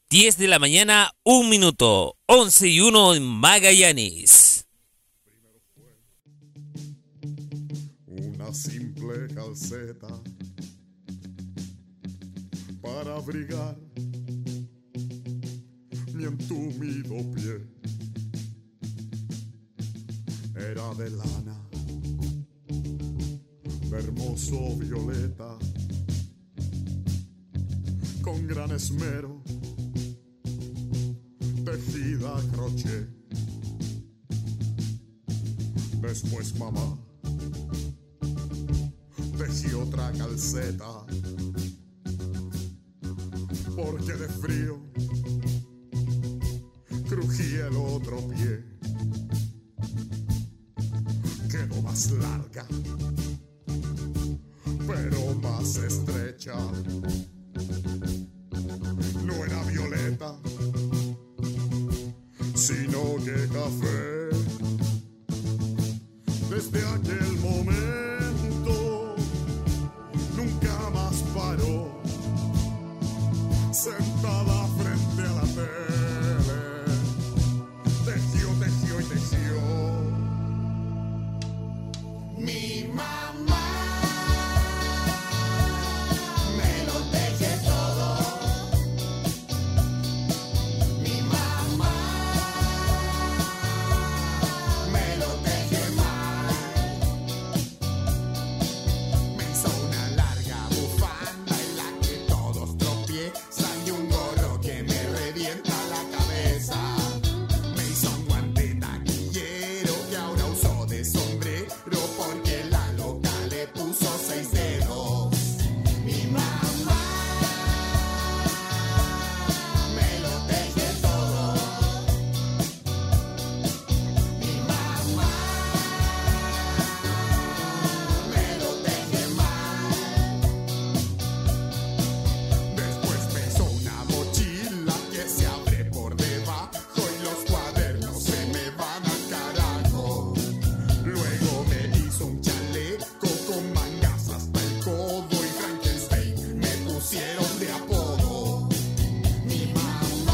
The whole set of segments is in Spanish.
10 de la mañana, 1 minuto, 11:01 en Magallanes. Una simple calceta para abrigar mi entumido pie. Era de lana, de hermoso violeta, con gran esmero, tejida a crochet. Después mamá tejí otra calceta, porque de frío crujía el otro pie. Quedó más larga, pero más estrecha. No era violeta, sino que café. Desde aquel momento nunca más paró, sentada frente a la tele, tejió, tejió y tejió. Mi mamá me lo teje todo. Mi mamá me lo teje mal. Me hizo una larga bufanda en la que todos tropiezan y un gorro que me revienta la cabeza. Me hizo un guante taquillero que ahora uso de sombrero porque la loca le puso 6 dedos. Mi mamá me lo teje todo. Mi mamá me lo teje mal. Después me hizo una mochila que se abre por debajo y los cuadernos se me van al carajo. Luego me hizo un chaleco con mangas hasta el codo y Frankenstein me pusieron de apodo. Mi mamá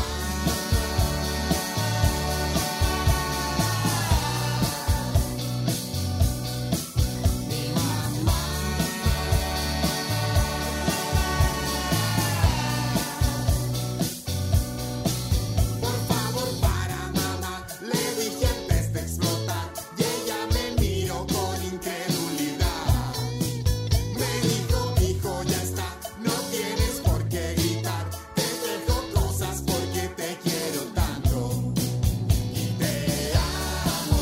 por favor para mamá, le dije antes de explotar y ella me miró con incredulidad. Me dijo, hijo, ya está, no tienes por qué gritar, te dejo cosas porque te quiero tanto. Y te amo,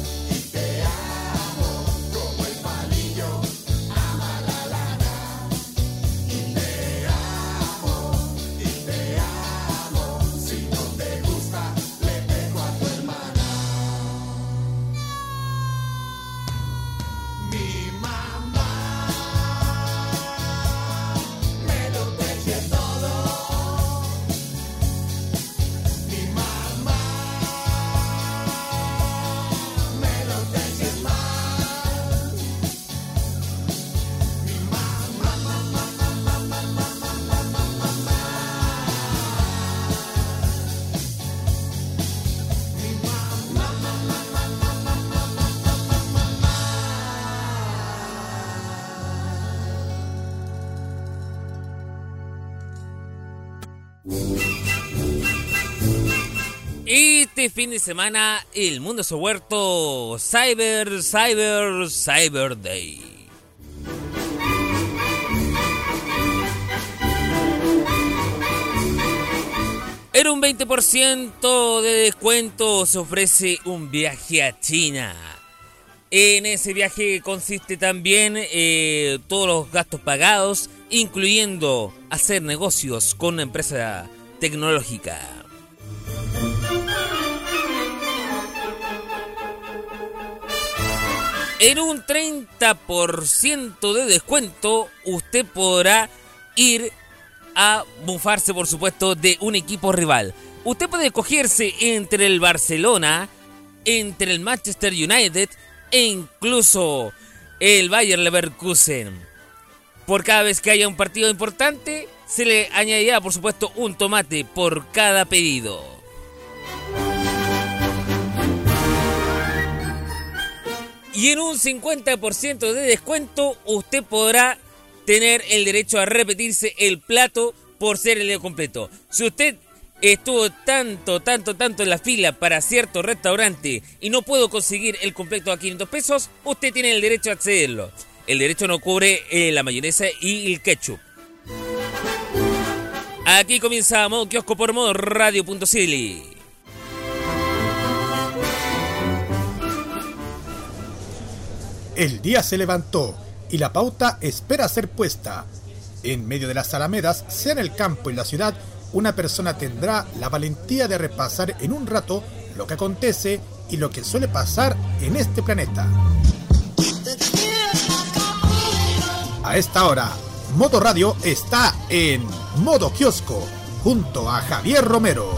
como el palillo ama la lana. Y te amo, si no te gusta, le pego a tu hermana. Mi mamá me lo teje todo. Mi mamá me lo teje mal. Mi mamá Este fin de semana, el mundo se ha vuelto Cyber Day. En un 20% de descuento se ofrece un viaje a China. En ese viaje consiste también todos los gastos pagados, incluyendo hacer negocios con una empresa tecnológica. En un 30% de descuento, usted podrá ir a bufarse, por supuesto, de un equipo rival. Usted puede escogerse entre el Barcelona, entre el Manchester United e incluso el Bayer Leverkusen. Por cada vez que haya un partido importante, se le añadirá, por supuesto, un tomate por cada pedido. Y en un 50% de descuento, usted podrá tener el derecho a repetirse el plato por ser el día completo. Si usted estuvo tanto en la fila para cierto restaurante y no pudo conseguir el completo a 500 pesos, usted tiene el derecho a accederlo. El derecho no cubre la mayonesa y el ketchup. Aquí comienza Modo Kiosco por Modo Radio.cl. El día se levantó y la pauta espera ser puesta. En medio de las alamedas, sea en el campo y la ciudad, una persona tendrá la valentía de repasar en un rato lo que acontece y lo que suele pasar en este planeta. A esta hora, Modo Radio está en Modo Kiosco, junto a Javier Romero.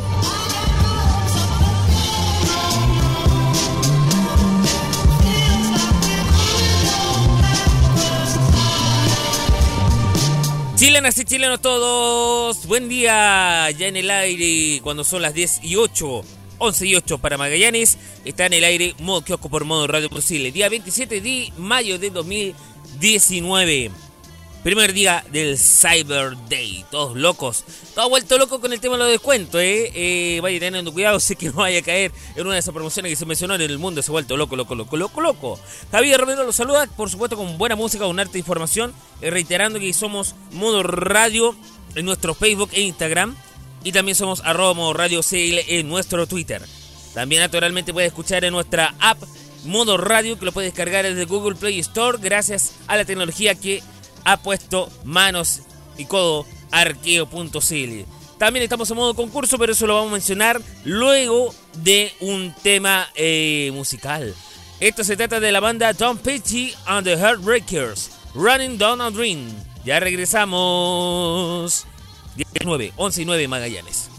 Chilenas y chilenos todos, buen día, ya en el aire cuando son las 10 y 8, 11 y 8 para Magallanes, está en el aire Modo Kiosco por Modo Radio Posible, día 27 de mayo de 2019, primer día del Cyber Day, todos locos, todo vuelto loco con el tema de los descuentos, vaya teniendo cuidado, sé que no vaya a caer en una de esas promociones que se mencionó en el mundo, se ha vuelto loco. Javier Romero los saluda, por supuesto con buena música, con harta información, reiterando que somos Modo Radio en nuestro Facebook e Instagram, y también somos @Modo Radio CL en nuestro Twitter. También naturalmente puede escuchar en nuestra app Modo Radio, que lo puede descargar desde Google Play Store, gracias a la tecnología que ha puesto manos y codo Arqueo.cl. También estamos en modo concurso, pero eso lo vamos a mencionar luego de un tema musical. Esto se trata de la banda Tom Petty and the Heartbreakers, Running Down a Dream. Ya regresamos. 19, 11 y 9 Magallanes.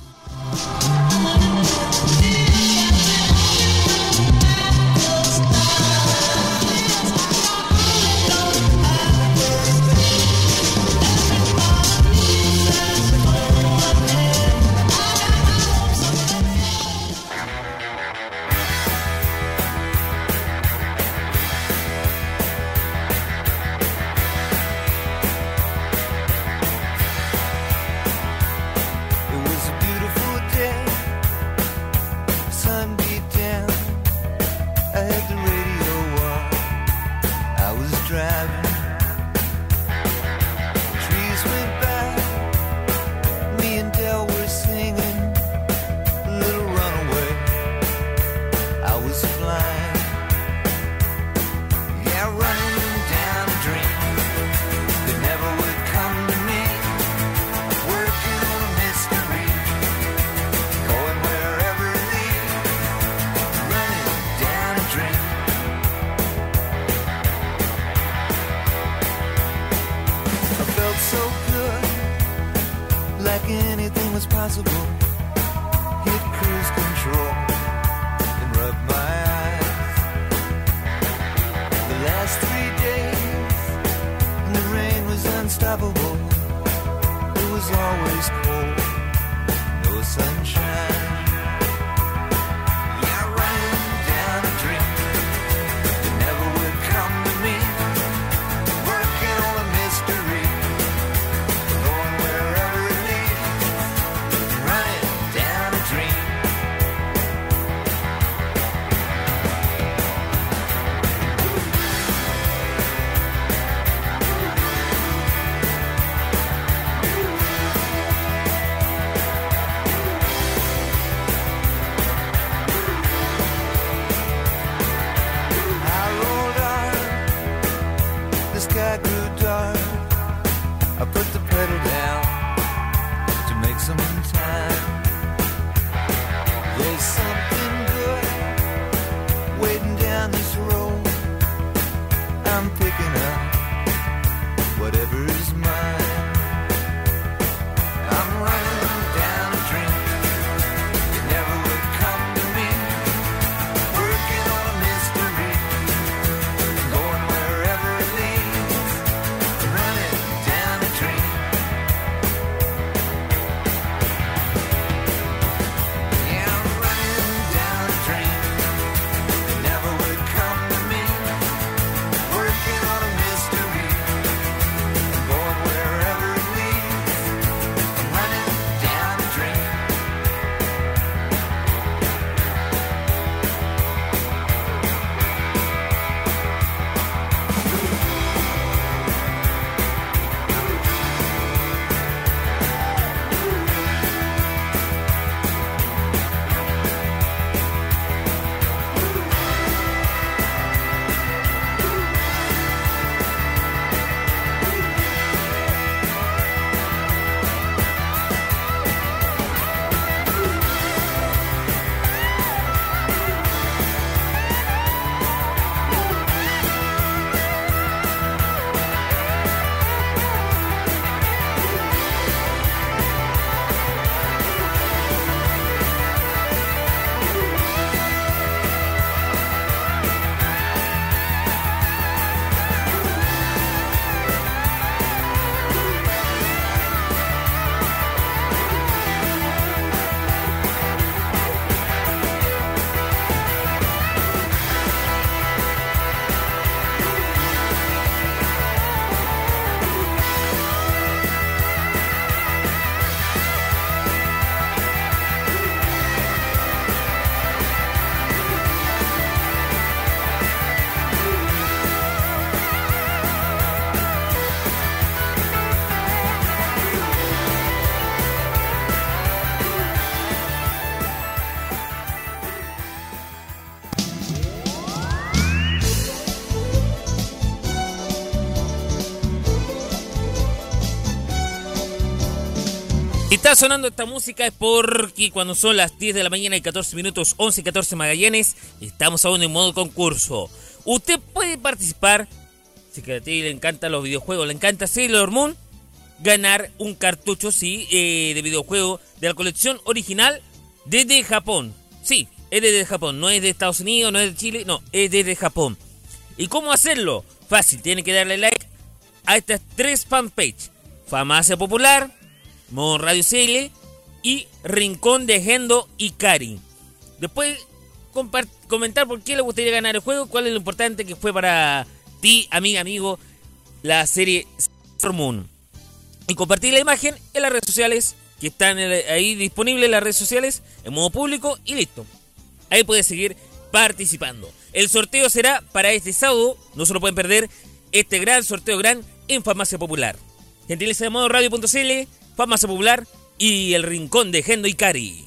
está sonando esta música es porque cuando son las 10 de la mañana y 14 minutos, 11 y 14 Magallanes, estamos aún en modo concurso. Usted puede participar, si que a ti le encantan los videojuegos, le encanta Sailor Moon, ganar un cartucho, sí, de videojuego de la colección original desde Japón. Sí, es desde Japón, no es de Estados Unidos, no es de Chile, no, es desde Japón. ¿Y cómo hacerlo? Fácil, tiene que darle like a estas 3 fanpages: Farmacia Popular, Modo Radio CL y Rincón de Gendo y Cari. Después comentar por qué le gustaría ganar el juego, cuál es lo importante que fue para ti, amiga, amigo, la serie Sailor Moon. Y compartir la imagen en las redes sociales, que están ahí disponibles en las redes sociales, en modo público, y listo. Ahí puedes seguir participando. El sorteo será para este sábado, no se lo pueden perder, este gran sorteo en Farmacia Popular. Gentileza de modo radio.cl, Farmacia Popular y el Rincón de Gendo y Cari.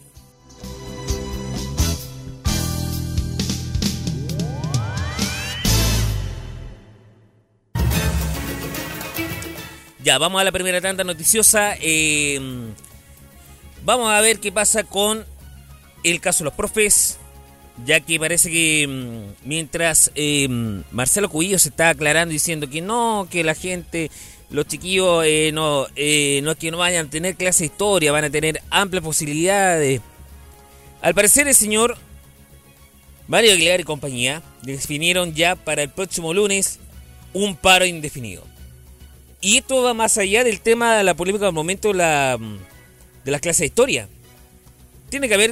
Ya, vamos a la primera tanda noticiosa. Vamos a ver qué pasa con el caso de los profes, ya que parece que mientras Marcelo Cubillo se está aclarando diciendo que no, que la gente, los chiquillos no es que no vayan a tener clase de historia, van a tener amplias posibilidades. Al parecer el señor Mario Aguilar y compañía definieron ya para el próximo lunes un paro indefinido. Y esto va más allá del tema de la polémica del momento de las clases de historia. Tiene que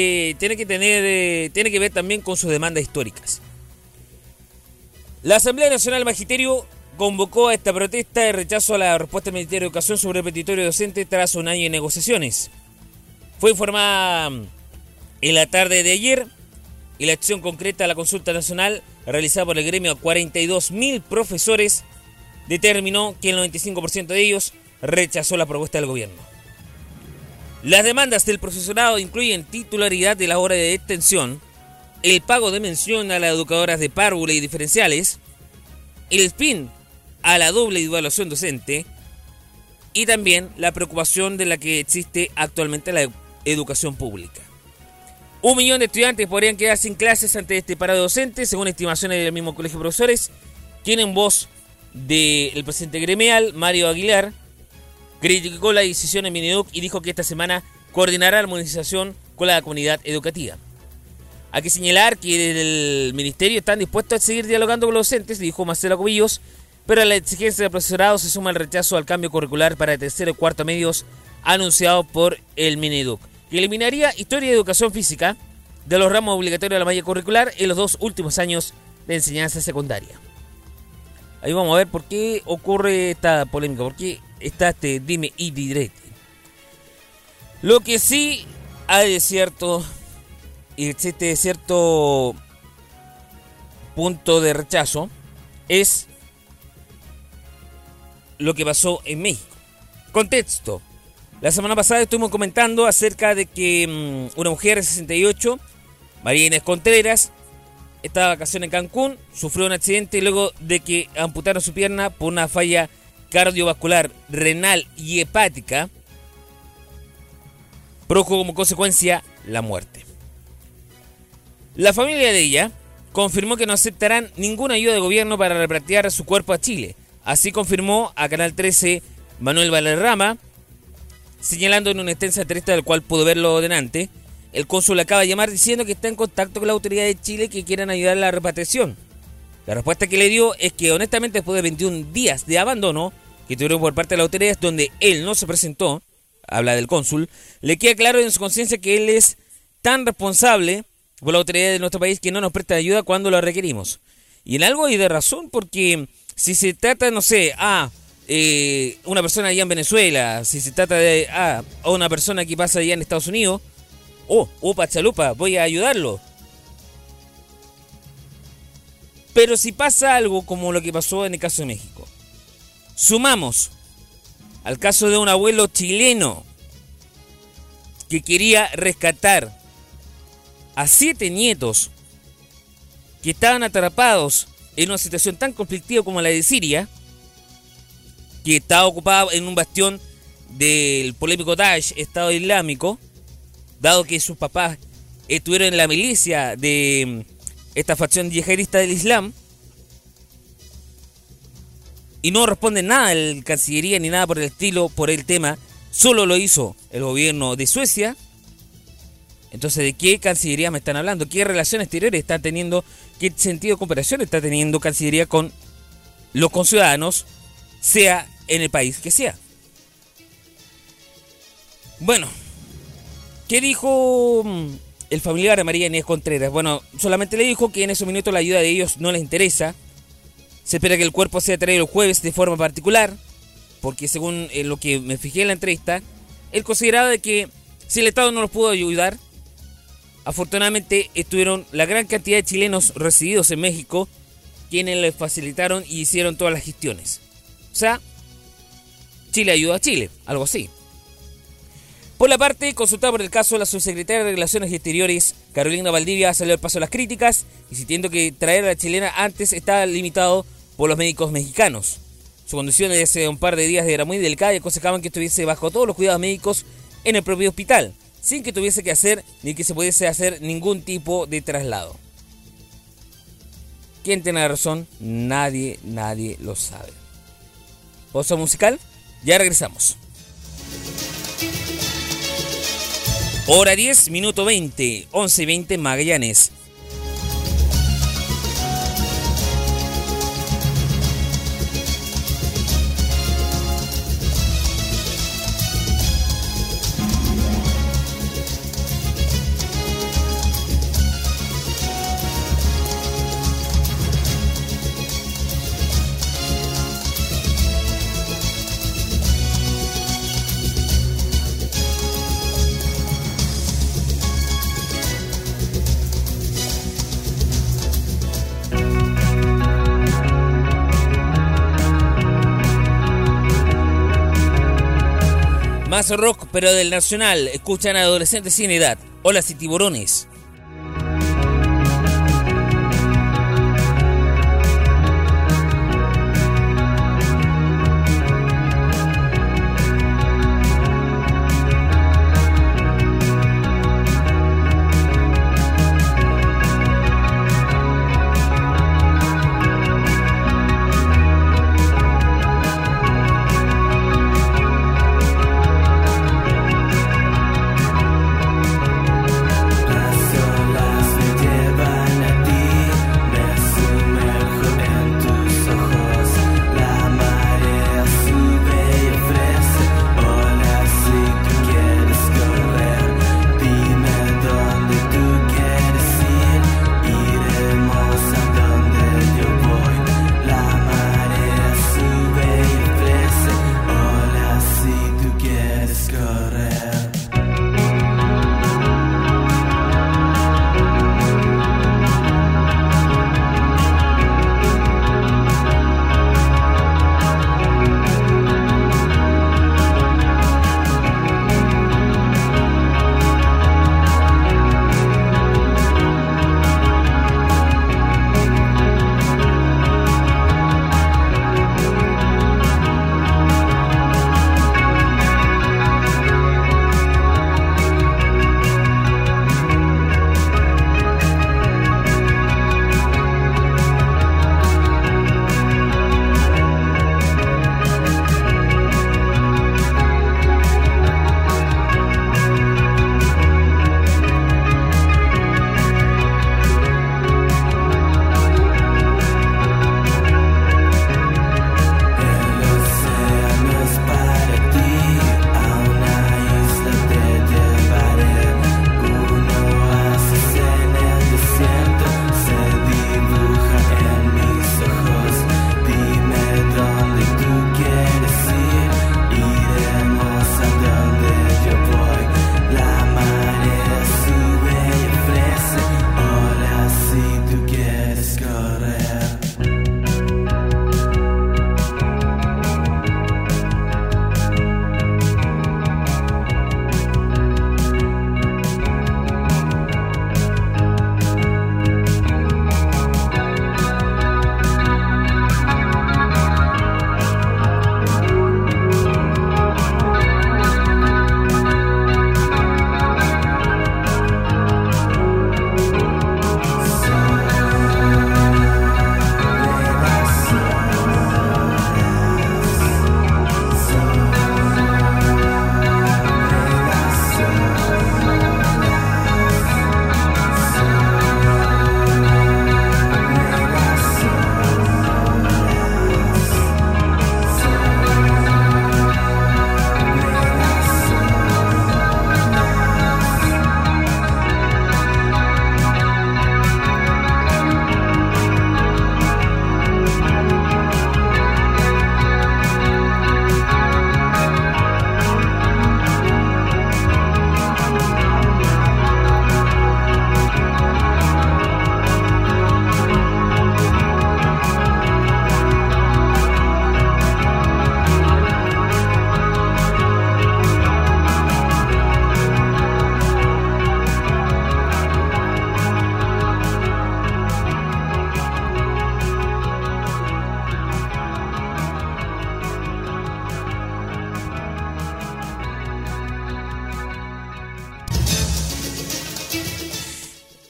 ver también con sus demandas históricas. La Asamblea Nacional Magisterio convocó a esta protesta de rechazo a la respuesta del Ministerio de Educación sobre el petitorio docente tras un año de negociaciones. Fue informada en la tarde de ayer y la acción concreta de la consulta nacional realizada por el gremio a 42.000 profesores determinó que el 95% de ellos rechazó la propuesta del gobierno. Las demandas del profesorado incluyen titularidad de la hora de extensión, el pago de mención a las educadoras de párvula y diferenciales, el fin a la doble evaluación docente y también la preocupación de la que existe actualmente la educación pública. 1 millón de estudiantes podrían quedar sin clases ante este paro docente, según estimaciones del mismo colegio de profesores, quien en voz del presidente gremial, Mario Aguilar, criticó la decisión en Mineduc y dijo que esta semana coordinará la armonización con la comunidad educativa. Hay que señalar que desde el ministerio están dispuestos a seguir dialogando con los docentes, dijo Marcelo Cubillos, pero a la exigencia del profesorado se suma el rechazo al cambio curricular para tercero y cuarto medios anunciado por el Mineduc, que eliminaría historia y educación física de los ramos obligatorios de la malla curricular en los 2 últimos años de enseñanza secundaria. Ahí vamos a ver por qué ocurre esta polémica, por qué está este dime y direte. Lo que sí hay de cierto, y existe cierto punto de rechazo, es lo que pasó en México. Contexto. La semana pasada estuvimos comentando acerca de que una mujer de 68, María Inés Contreras, estaba de vacaciones en Cancún, sufrió un accidente luego de que amputaron su pierna por una falla cardiovascular, renal y hepática, produjo como consecuencia la muerte. La familia de ella confirmó que no aceptarán ninguna ayuda de gobierno para repatriar su cuerpo a Chile. Así confirmó a Canal 13 Manuel Valderrama, señalando en una extensa entrevista del cual pudo verlo delante. El cónsul acaba de llamar diciendo que está en contacto con la autoridad de Chile que quieran ayudar a la repatriación. La respuesta que le dio es que honestamente después de 21 días de abandono que tuvieron por parte de las autoridades donde él no se presentó, habla del cónsul, le queda claro en su conciencia que él es tan responsable por la autoridad de nuestro país que no nos presta ayuda cuando lo requerimos. Y en algo hay de razón, porque si se trata, no sé, una persona allá en Venezuela, si se trata de a una persona que pasa allá en Estados Unidos, upa chalupa, voy a ayudarlo. Pero si pasa algo como lo que pasó en el caso de México, sumamos al caso de un abuelo chileno que quería rescatar a 7 nietos que estaban atrapados en una situación tan conflictiva como la de Siria, que estaba ocupada en un bastión del polémico Daesh, Estado Islámico, dado que sus papás estuvieron en la milicia de esta facción yihadista del Islam, y no responde nada el Cancillería ni nada por el estilo por el tema, solo lo hizo el gobierno de Suecia. Entonces, ¿de qué Cancillería me están hablando? ¿Qué relaciones exteriores están teniendo? ¿Qué sentido de cooperación está teniendo Cancillería con los conciudadanos, sea en el país que sea? Bueno, ¿qué dijo el familiar de María Inés Contreras? Bueno, solamente le dijo que en esos minutos la ayuda de ellos no les interesa. Se espera que el cuerpo sea traído el jueves de forma particular, porque según lo que me fijé en la entrevista, él consideraba de que si el Estado no los pudo ayudar, afortunadamente estuvieron la gran cantidad de chilenos resididos en México quienes les facilitaron y hicieron todas las gestiones. O sea, Chile ayudó a Chile, algo así. Por la parte, consultada por el caso, la subsecretaria de Relaciones Exteriores, Carolina Valdivia, salió al paso de las críticas, insistiendo que traer a la chilena antes estaba limitado por los médicos mexicanos. Su condición de hace un par de días era muy delicada y aconsejaban que estuviese bajo todos los cuidados médicos en el propio hospital, sin que tuviese que hacer ni que se pudiese hacer ningún tipo de traslado. ¿Quién tiene la razón? Nadie lo sabe. Pausa musical, ya regresamos. Hora 10, minuto 20, 11:20 Magallanes. Más rock, pero del nacional. Escuchan a Adolescentes Sin Edad. Hola, y Tiburones. Así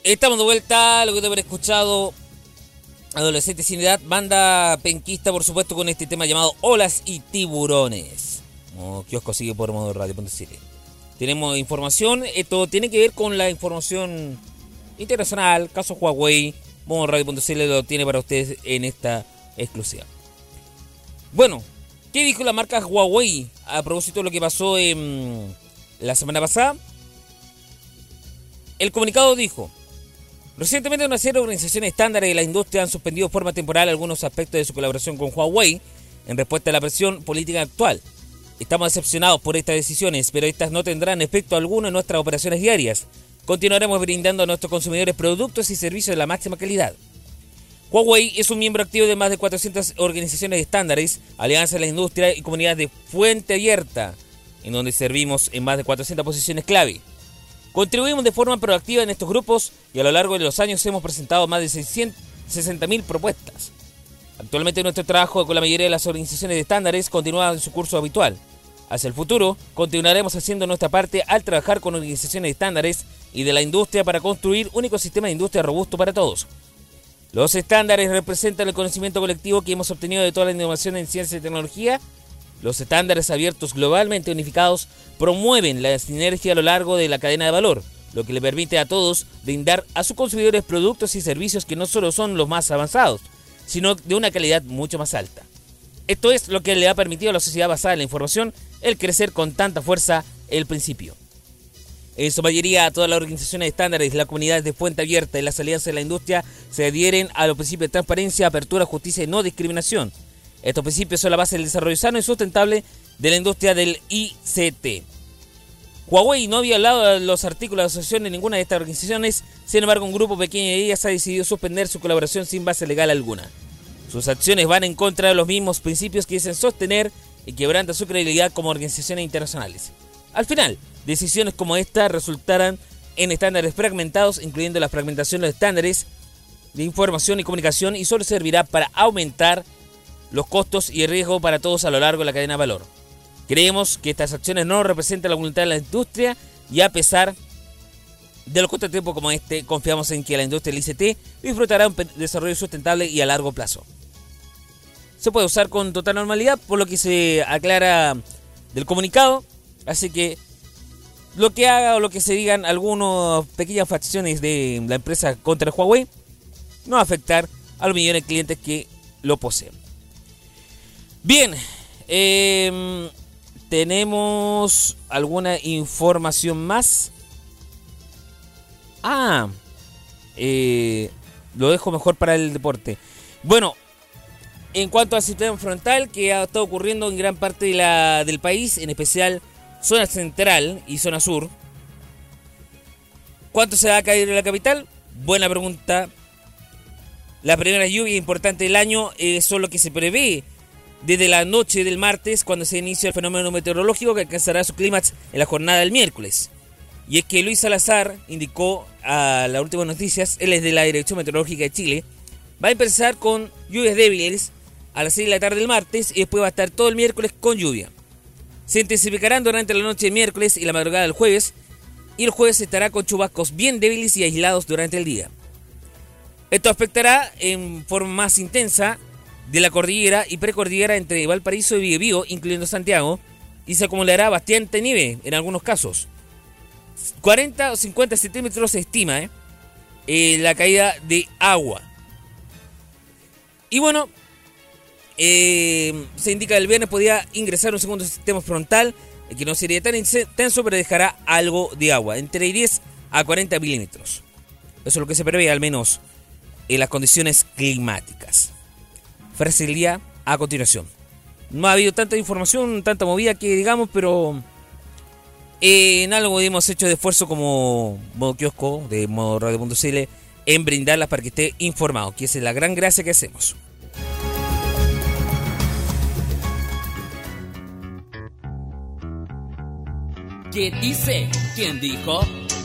Estamos de vuelta, lo que te haber escuchado, Adolescentes sin edad, banda penquista, por supuesto, con este tema llamado Olas y Tiburones. Como kiosco sigue por Modo Radio.cl. Tenemos información, esto tiene que ver con la información internacional, caso Huawei. Modo Radio.cl lo tiene para ustedes en esta exclusiva. Bueno, ¿qué dijo la marca Huawei a propósito de lo que pasó la semana pasada? El comunicado dijo: recientemente una serie de organizaciones estándares de la industria han suspendido de forma temporal algunos aspectos de su colaboración con Huawei en respuesta a la presión política actual. Estamos decepcionados por estas decisiones, pero estas no tendrán efecto alguno en nuestras operaciones diarias. Continuaremos brindando a nuestros consumidores productos y servicios de la máxima calidad. Huawei es un miembro activo de más de 400 organizaciones de estándares, alianzas de la industria y comunidades de fuente abierta, en donde servimos en más de 400 posiciones clave. Contribuimos de forma proactiva en estos grupos y a lo largo de los años hemos presentado más de 60.000 propuestas. Actualmente nuestro trabajo con la mayoría de las organizaciones de estándares continúa en su curso habitual. Hacia el futuro, continuaremos haciendo nuestra parte al trabajar con organizaciones de estándares y de la industria para construir un ecosistema de industria robusto para todos. Los estándares representan el conocimiento colectivo que hemos obtenido de toda la innovación en ciencia y tecnología. Los estándares abiertos globalmente unificados promueven la sinergia a lo largo de la cadena de valor, lo que le permite a todos brindar a sus consumidores productos y servicios que no solo son los más avanzados, sino de una calidad mucho más alta. Esto es lo que le ha permitido a la sociedad basada en la información el crecer con tanta fuerza el principio. En su mayoría, todas las organizaciones estándares, las comunidades de fuente abierta y las alianzas de la industria se adhieren a los principios de transparencia, apertura, justicia y no discriminación. Estos principios son la base del desarrollo sano y sustentable de la industria del ICT. Huawei no había violado los artículos de asociación de ninguna de estas organizaciones, sin embargo un grupo pequeño de ellas ha decidido suspender su colaboración sin base legal alguna. Sus acciones van en contra de los mismos principios que dicen sostener y quebrantan su credibilidad como organizaciones internacionales. Al final, decisiones como esta resultarán en estándares fragmentados, incluyendo la fragmentación de los estándares de información y comunicación, y solo servirá para aumentar los costos y el riesgo para todos a lo largo de la cadena de valor. Creemos que estas acciones no representan la voluntad de la industria y a pesar de los contratiempos como este, confiamos en que la industria del ICT disfrutará un desarrollo sustentable y a largo plazo. Se puede usar con total normalidad, por lo que se aclara del comunicado, así que lo que haga o lo que se digan algunas pequeñas facciones de la empresa contra el Huawei no va a afectar a los millones de clientes que lo poseen. Bien, tenemos alguna información más. Lo dejo mejor para el deporte. Bueno, en cuanto al sistema frontal que ha estado ocurriendo en gran parte del país, en especial zona central y zona sur. ¿Cuánto se va a caer en la capital? Buena pregunta. Las primeras lluvias importantes del año son lo que se prevé desde la noche del martes, cuando se inicia el fenómeno meteorológico que alcanzará su clímax en la jornada del miércoles. Y es que Luis Salazar indicó a las últimas noticias, él es de la Dirección Meteorológica de Chile, va a empezar con lluvias débiles a las 6 de la tarde del martes y después va a estar todo el miércoles con lluvia. Se intensificarán durante la noche del miércoles y la madrugada del jueves, y el jueves estará con chubascos bien débiles y aislados durante el día. Esto afectará en forma más intensa de la cordillera y precordillera entre Valparaíso y Biobío, incluyendo Santiago, y se acumulará bastante nieve en algunos casos. 40 o 50 centímetros se estima la caída de agua. Y bueno, se indica que el viernes podría ingresar un segundo sistema frontal que no sería tan intenso, pero dejará algo de agua, entre 10 a 40 milímetros. Eso es lo que se prevé, al menos en las condiciones climáticas. Frase del día a continuación. No ha habido tanta información, tanta movida que digamos, pero en algo hemos hecho de esfuerzo como Modo Kiosco de Modo Radio.cl en brindarlas para que esté informado, que esa es la gran gracia que hacemos. ¿Qué dice? ¿Quién dijo?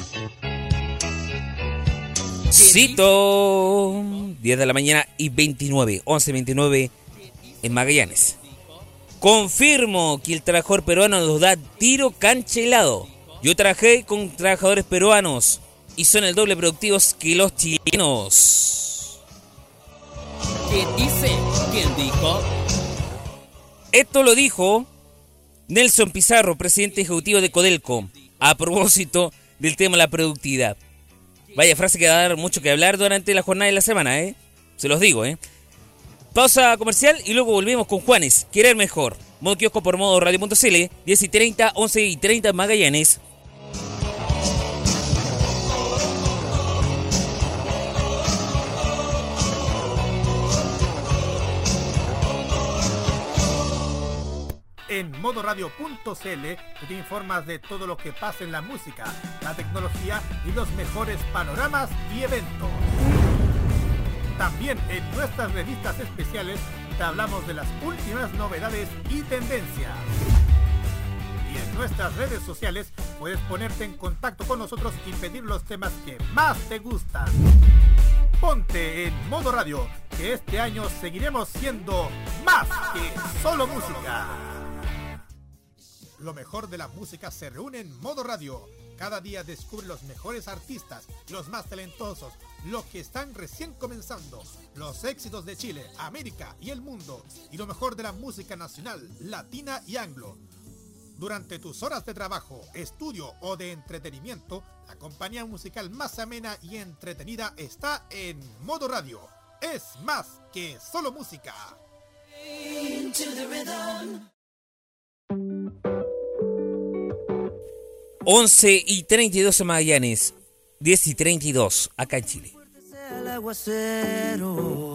Cito 10 de la mañana y 29, 11:29 en Magallanes. Confirmo que el trabajador peruano nos da tiro cancha helado. Yo trabajé con trabajadores peruanos y son el doble productivos que los chilenos. ¿Qué dice? ¿Quién dijo? Esto lo dijo Nelson Pizarro, presidente ejecutivo de Codelco, a propósito del tema de la productividad. Vaya frase que va a dar mucho que hablar durante la jornada de la semana, se los digo, Pausa comercial y luego volvemos con Juanes, Querer Mejor. Modo kiosco por modo radio.cl, 10:30, 11:30 Magallanes. En modoradio.cl te informas de todo lo que pasa en la música, la tecnología y los mejores panoramas y eventos. También en nuestras revistas especiales te hablamos de las últimas novedades y tendencias. Y en nuestras redes sociales puedes ponerte en contacto con nosotros y pedir los temas que más te gustan. Ponte en Modo Radio, que este año seguiremos siendo más que solo música. Lo mejor de la música se reúne en Modo Radio. Cada día descubre los mejores artistas, los más talentosos, los que están recién comenzando, los éxitos de Chile, América y el mundo, y lo mejor de la música nacional, latina y anglo. Durante tus horas de trabajo, estudio o de entretenimiento, la compañía musical más amena y entretenida está en Modo Radio. Es más que solo música. 11:32 en Magallanes, 10:32 acá en Chile. El aguacero.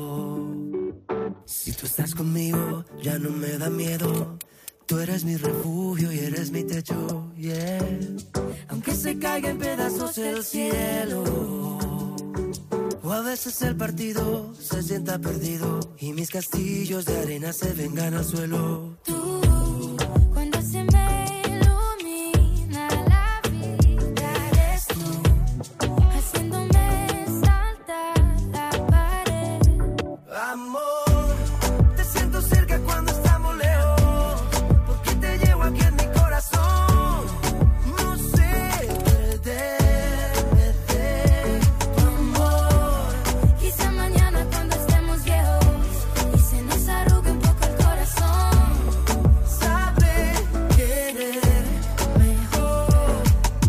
Si tú estás conmigo, ya no me da miedo. Tú eres mi refugio y eres mi techo, yeah. Aunque se caiga en pedazos el cielo, o a veces el partido se sienta perdido y mis castillos de arena se vengan al suelo. Tú, cuando se me ilumina la vida, eres tú, haciéndome saltar la pared. Amor, te siento cerca cuando estamos lejos, porque te llevo aquí en mi corazón. No sé perderme de tu amor. Quizá mañana cuando estemos viejos y se nos arrugue un poco el corazón, Sabré querer mejor.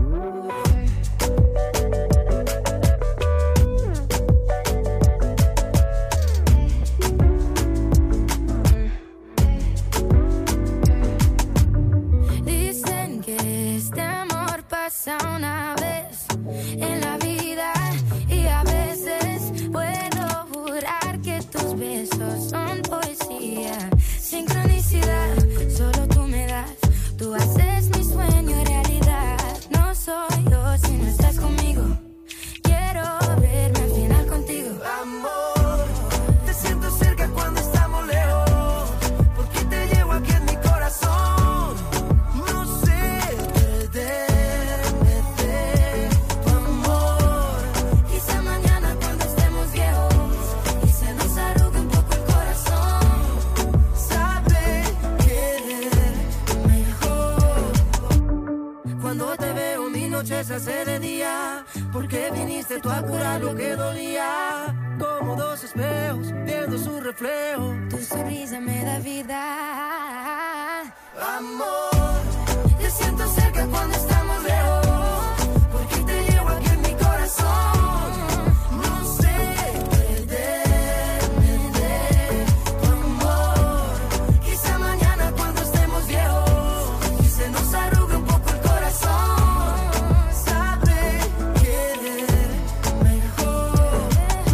Dicen que este amor pasa una vez en la vida y a veces puedo jurar que tus besos son poesía. Sincronicidad, solo tú me das, tú haces mi sueño realidad. No soy yo si no estás conmigo, quiero verme al final contigo. amor. Te siento cerca cuando estamos lejos, porque te llevo aquí en mi corazón. No sé perderme de tu amor. Quizá mañana cuando estemos viejos y se nos arrugue un poco el corazón, Sabré querer mejor. cuando te veo, mi noche se hace de día, porque viniste tú a curar lo que dolía. Como dos espejos viendo su reflejo. Tu sonrisa me da vida. Amor, te siento cerca cuando estamos lejos, porque te llevo aquí en mi corazón. No sé perderme de tu amor. Quizá mañana cuando estemos viejos y se nos arrugue un poco el corazón, sabré querer Mejor,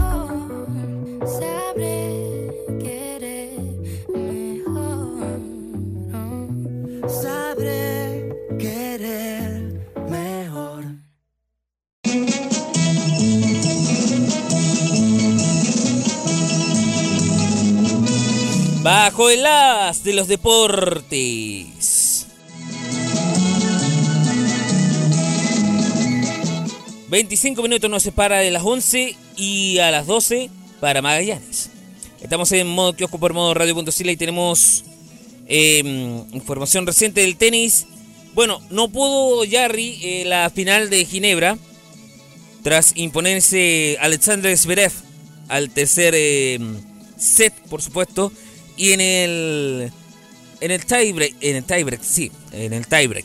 sabré querer mejor. sabré querer mejor. Bajo el as de los deportes. 25 minutos nos separa de las 11 y a las 12 para Magallanes. Estamos en modo kiosco por modo radio.cl y tenemos información reciente del tenis. Bueno, no pudo Jarry la final de Ginebra. tras imponerse Alexander Zverev al tercer set, por supuesto, y en el tiebreak.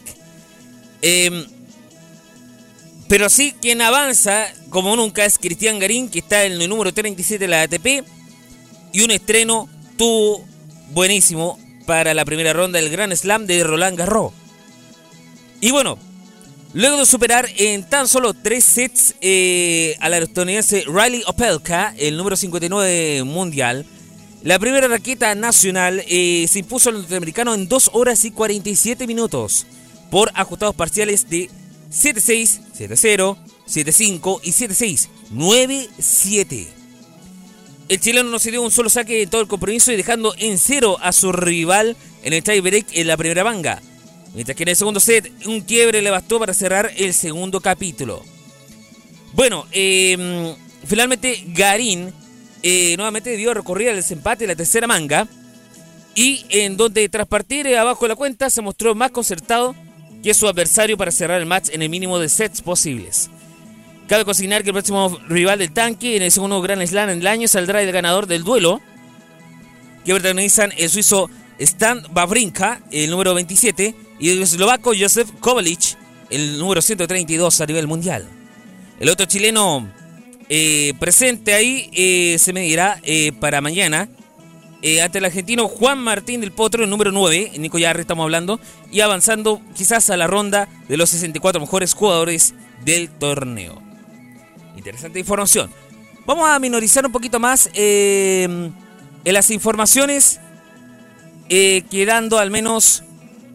Pero sí, quien avanza como nunca es Cristian Garín, que está en el número 37 de la ATP, y un estreno tuvo buenísimo para la primera ronda del Grand Slam de Roland Garros. Y bueno, luego de superar en tan solo 3 sets al estadounidense Riley Opelka, el número 59 mundial, la primera raqueta nacional se impuso al norteamericano en 2 horas y 47 minutos por ajustados parciales de 7-6, 7-0, 7-5 y 7-6, 9-7. El chileno no se dio un solo saque en todo el compromiso y dejando en 0 a su rival en el tiebreak en la primera manga. Mientras que en el segundo set un quiebre le bastó para cerrar el segundo capítulo. Bueno, finalmente Garín nuevamente dio recorrida al desempate en la tercera manga. Y en donde tras partir abajo de la cuenta se mostró más concertado que su adversario para cerrar el match en el mínimo de sets posibles. Cabe consignar que el próximo rival del tanque en el segundo Grand Slam en el año saldrá el ganador del duelo, que protagonizan el suizo Stan Wawrinka, el número 27, y el eslovaco Josef Kovalic, el número 132 a nivel mundial. El otro chileno presente ahí se medirá para mañana ante el argentino Juan Martín del Potro, el número 9, Nico Yarri estamos hablando, y avanzando quizás a la ronda de los 64 mejores jugadores del torneo. Interesante información. Vamos a minorizar un poquito más en las informaciones, quedando al menos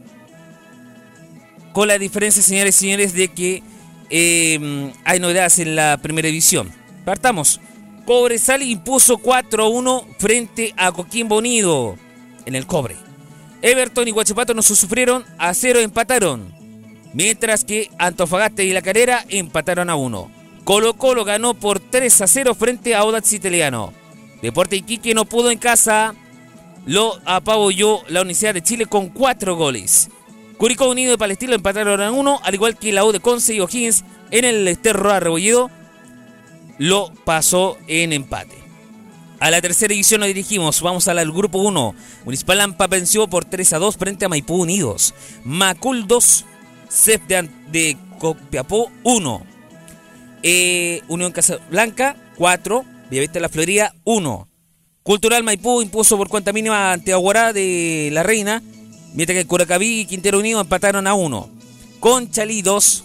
con la diferencia, señores y señores, de que hay novedades en la primera división. Partamos. Cobresal impuso 4-1 frente a Coquimbo Unido en el Cobre. Everton y Huachipato no se sufrieron, a 0 empataron. Mientras que Antofagasta y La Calera empataron a 1. Colo-Colo ganó por 3-0 frente a Audax Italiano. Deportes Iquique no pudo en casa, lo apabulló la Universidad de Chile con 4 goles. Curicó Unido y Palestino empataron a 1, al igual que la U de Conce y O'Higgins en el Esterro Rebolledo lo pasó en empate. A la tercera división nos dirigimos, vamos al grupo 1. Municipal Lampa venció por 3-2 frente a Maipú Unidos. Macul 2, CEF de Copiapó 1. Unión Casablanca 4, Villavista La Florida 1. Cultural Maipú impuso por cuenta mínima ante Aguará de La Reina, mientras que Curacaví y Quintero Unido empataron a 1. Conchalí 2,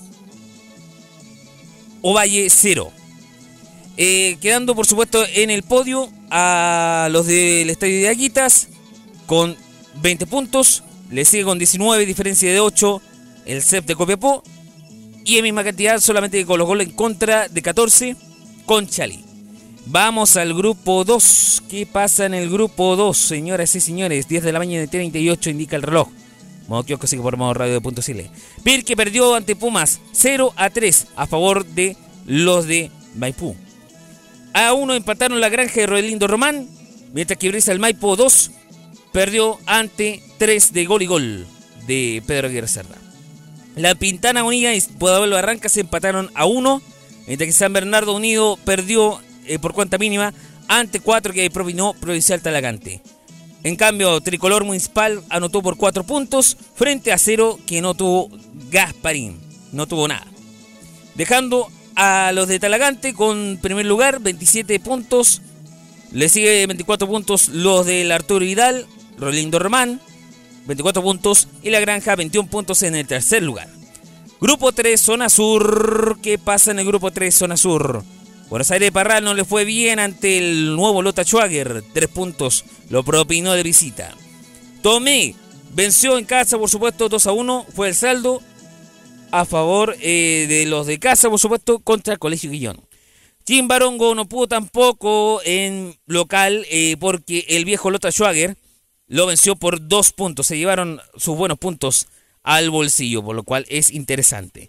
Ovalle 0. Quedando por supuesto en el podio a los del Estadio de Aguitas con 20 puntos, le sigue con 19, diferencia de 8 el CEP de Copiapó, y en misma cantidad solamente que Colo-Colo en contra de 14 con Chali. Vamos al grupo 2. ¿Qué pasa en el grupo 2, señoras y señores? 10 de la mañana y 38 indica el reloj. Modo kiosco sigue por modo radio de punto Chile. Pirque perdió ante Pumas 0-3 a favor de los de Maipú. A 1 empataron la Granja de Rodelindo Román, mientras que Brisa el Maipo 2 perdió ante 3 de gol y gol de Pedro Aguirre Cerda. La Pintana Unida y Pudahuel Barranca se empataron a 1, mientras que San Bernardo Unido perdió por cuenta mínima ante 4 que propinó Provincial Talagante. En cambio, Tricolor Municipal anotó por 4 puntos frente a 0 que no tuvo Gasparín, no tuvo nada. Dejando a los de Talagante con primer lugar, 27 puntos. Le sigue 24 puntos los del Arturo Vidal, Rodelindo Román, 24 puntos. Y la Granja, 21 puntos en el tercer lugar. Grupo 3, Zona Sur. ¿Qué pasa en el Grupo 3, Zona Sur? Buenos Aires de Parral no le fue bien ante el nuevo Lota Schwager. 3 puntos lo propinó de visita. Tomé venció en casa, por supuesto, 2-1. Fue el saldo a favor de los de casa, por supuesto, contra el Colegio Guillón. Chimbarongo no pudo tampoco en local porque el viejo Lota Schwager lo venció por 2 puntos. Se llevaron sus buenos puntos al bolsillo, por lo cual es interesante.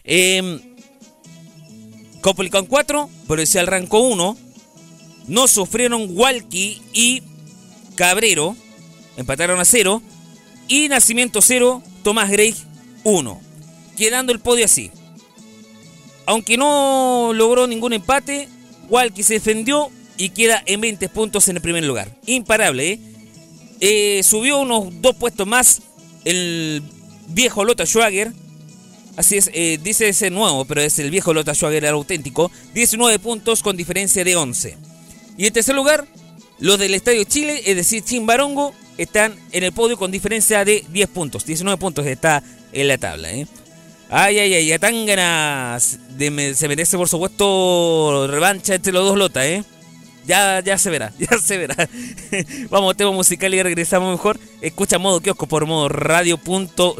Copolicán 4, Provincial Ranco 1. No sufrieron Hualqui y Cabrero, empataron a 0. Y Nacimiento 0, Tomás Grey 1. Quedando el podio así: aunque no logró ningún empate, Walkie se defendió y queda en 20 puntos en el primer lugar. Imparable, subió unos 2 puestos más el viejo Lota Schwager. Así es, dice ese nuevo, pero es el viejo Lota Schwager, el auténtico. 19 puntos con diferencia de 11. Y en tercer lugar, los del Estadio Chile, es decir, Chimbarongo, están en el podio con diferencia de 10 puntos. 19 puntos está en la tabla, Ay, Atangana se merece, por supuesto, revancha entre los dos Lotas, Ya se verá. Vamos, tema musical y regresamos mejor. Escucha Modo Kiosco por modoradio.cl.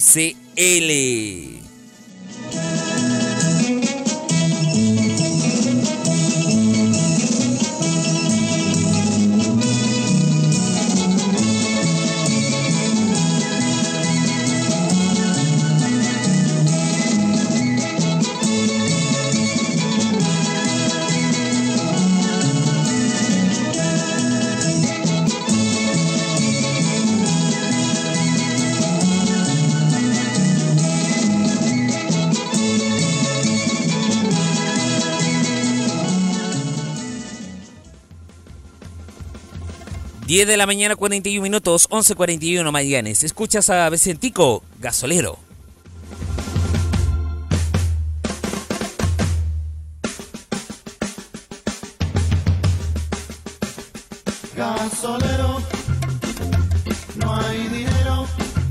10 de la mañana, 41 minutos, 11:41 Magallanes. Escuchas a Vicentico, Gasolero. Gasolero, no hay dinero,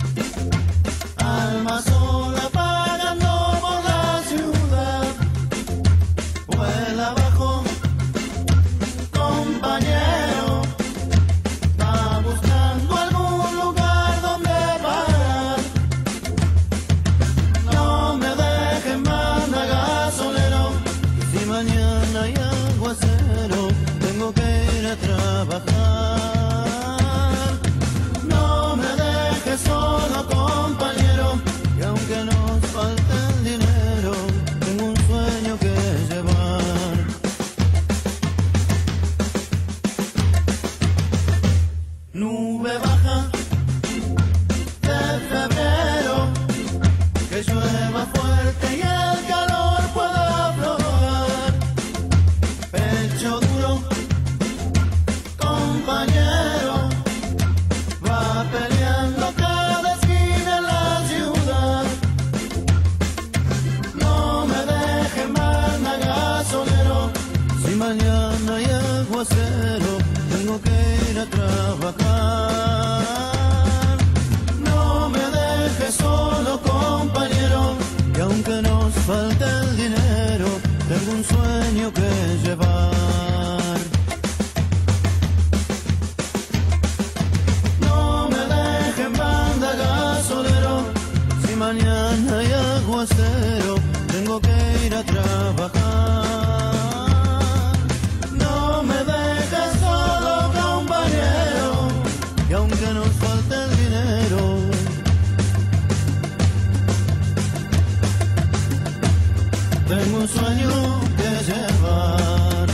alma sola pagando por la ciudad. Vuela abajo, compañero, va buscando algún lugar donde parar. No me dejen, manda gasolero, si mañana hay aguacero, tengo que ir a trabajar. No me dejes solo, compañero, y aunque nos falte el dinero, tengo un sueño que llevar. Nube baja de febrero, que llueva fuerte y el calor pueda aflorar. Pecho duro, compañero, va peleando cada esquina en la ciudad. No me deje, manda gasolero, si mañana hay aguacero, tengo que ir a trabajar. No me deje solo, compañero, y aunque nos falte el dinero, tengo un sueño que llevar. No me dejen, banda gasolero, si mañana hay aguacero, tengo que ir a trabajar. No me dejes solo, compañero, y aunque nos falte el dinero, tengo un sueño que llevar.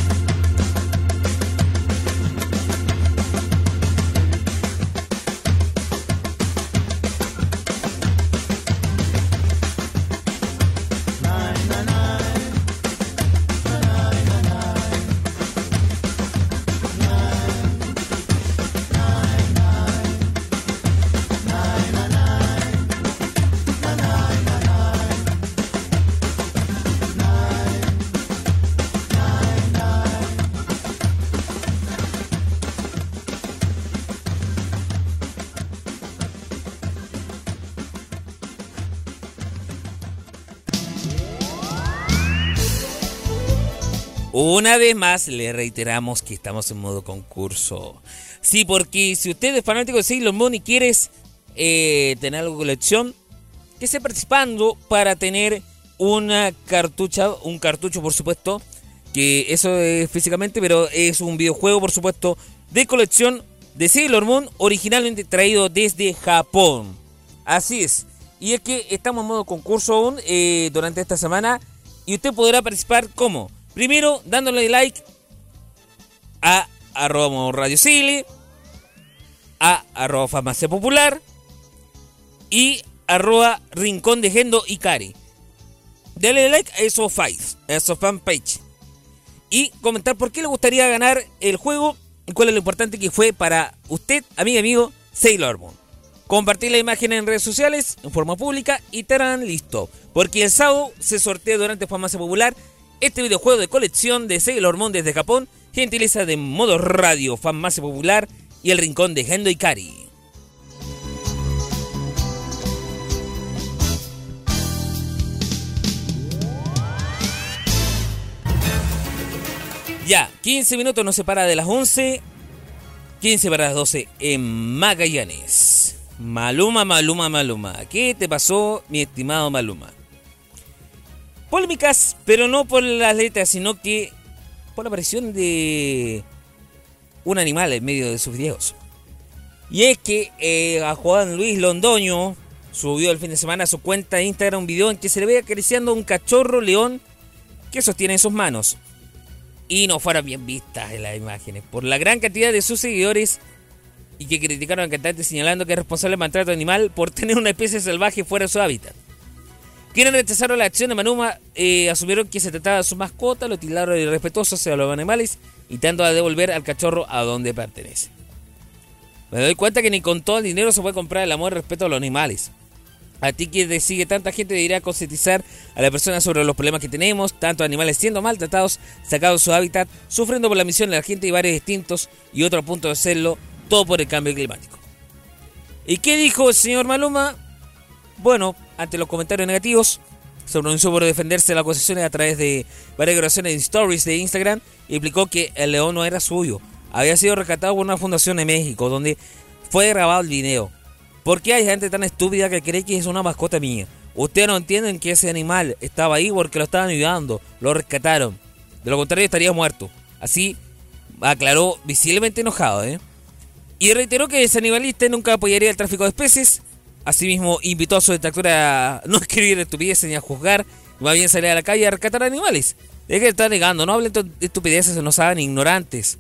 Una vez más le reiteramos que estamos en modo concurso. Sí, porque si usted es fanático de Sailor Moon y quieres tener algo de colección, que esté participando para tener una cartucha, un cartucho por supuesto, que eso es físicamente, pero es un videojuego por supuesto de colección de Sailor Moon, originalmente traído desde Japón. Así es, y es que estamos en modo concurso aún durante esta semana, y usted podrá participar como... Primero, dándole like a @radiocile, a @farmacia popular y @rincón de Gendo y Cari. Dale like a esos fights, a esos fanpage. Y comentar por qué le gustaría ganar el juego y cuál es lo importante que fue para usted, amigo y amigo, Sailor Moon. Compartir la imagen en redes sociales, en forma pública y estarán listo. Porque el sábado se sortea durante Farmacia Popular este videojuego de colección de Sailor Moon desde Japón, gentileza de Modo Radio, Farmacia Popular y el rincón de Gendo Ikari. Ya, 15 minutos nos separa de las 11, 15 para las 12 en Magallanes. Maluma. ¿Qué te pasó, mi estimado Maluma? Polémicas, pero no por las letras, sino que por la aparición de un animal en medio de sus videos. Y es que a Juan Luis Londoño subió el fin de semana a su cuenta de Instagram un video en que se le ve acariciando a un cachorro león que sostiene en sus manos. Y no fueron bien vistas en las imágenes por la gran cantidad de sus seguidores y que criticaron al cantante señalando que es responsable del maltrato animal por tener una especie salvaje fuera de su hábitat. Quienes rechazaron la acción de Maluma asumieron que se trataba de su mascota, lo tildaron de irrespetuoso hacia los animales, intentando a devolver al cachorro a donde pertenece. Me doy cuenta que ni con todo el dinero se puede comprar el amor y el respeto a los animales. A ti que te sigue tanta gente debería concientizar a la persona sobre los problemas que tenemos, tantos animales siendo maltratados, sacados de su hábitat, sufriendo por la misión de la gente y varios distintos, y otro punto de hacerlo, todo por el cambio climático. ¿Y qué dijo el señor Maluma? Bueno, ante los comentarios negativos, se pronunció por defenderse de las acusaciones a través de varias grabaciones de stories de Instagram y explicó que el león no era suyo, había sido rescatado por una fundación de México, donde fue grabado el video. ¿Por qué hay gente tan estúpida que cree que es una mascota mía? Ustedes no entienden que ese animal estaba ahí porque lo estaban ayudando, lo rescataron. De lo contrario estaría muerto. Así aclaró visiblemente enojado, Y reiteró que ese animalista nunca apoyaría el tráfico de especies. Asimismo invitó a su detractora a no escribir estupideces ni a juzgar, y más bien salir a la calle a rescatar animales. Es que está negando, no hablen de estupideces, no saben, ignorantes.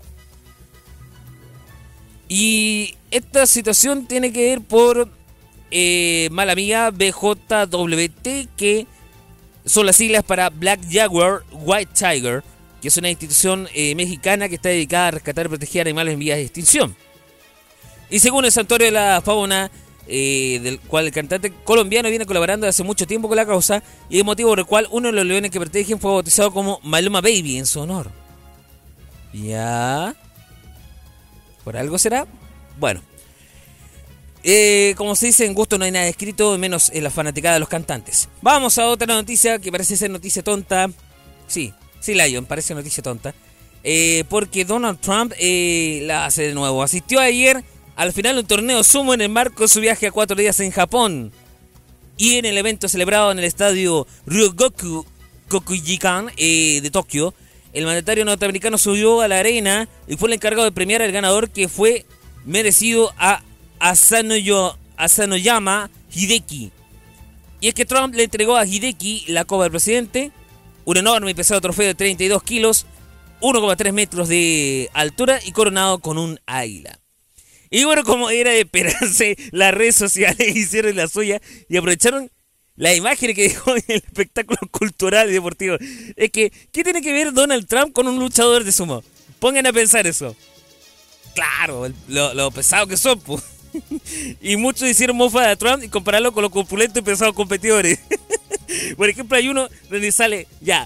Y esta situación tiene que ver por mala amiga BJWT, que son las siglas para Black Jaguar White Tiger, que es una institución mexicana que está dedicada a rescatar y proteger animales en vías de extinción. Y según el Santuario de la Fauna, del cual el cantante colombiano viene colaborando hace mucho tiempo con la causa, y el motivo por el cual uno de los leones que protegen fue bautizado como Maluma Baby en su honor. ¿Ya? ¿Por algo será? Bueno. Como se dice, en gusto no hay nada escrito, menos en la fanaticada de los cantantes. Vamos a otra noticia que parece ser noticia tonta. Sí, Lion, parece noticia tonta. Porque Donald Trump la hace de nuevo. Asistió ayer al final de un torneo sumo en el marco de su viaje a 4 días en Japón. Y en el evento celebrado en el estadio Ryogoku Kokujikan de Tokio, el mandatario norteamericano subió a la arena y fue el encargado de premiar al ganador, que fue merecido a Asanoyama Hideki. Y es que Trump le entregó a Hideki la Copa del Presidente, un enorme y pesado trofeo de 32 kilos, 1,3 metros de altura y coronado con un águila. Y bueno, como era de esperarse, las redes sociales hicieron la suya y aprovecharon la imagen que dejó en el espectáculo cultural y deportivo. Es que, ¿qué tiene que ver Donald Trump con un luchador de sumo? Pongan a pensar eso. Claro, lo pesado que son, pues. Y muchos hicieron mofa de Trump y compararlo con los corpulentos y pesados competidores. Por ejemplo, hay uno donde sale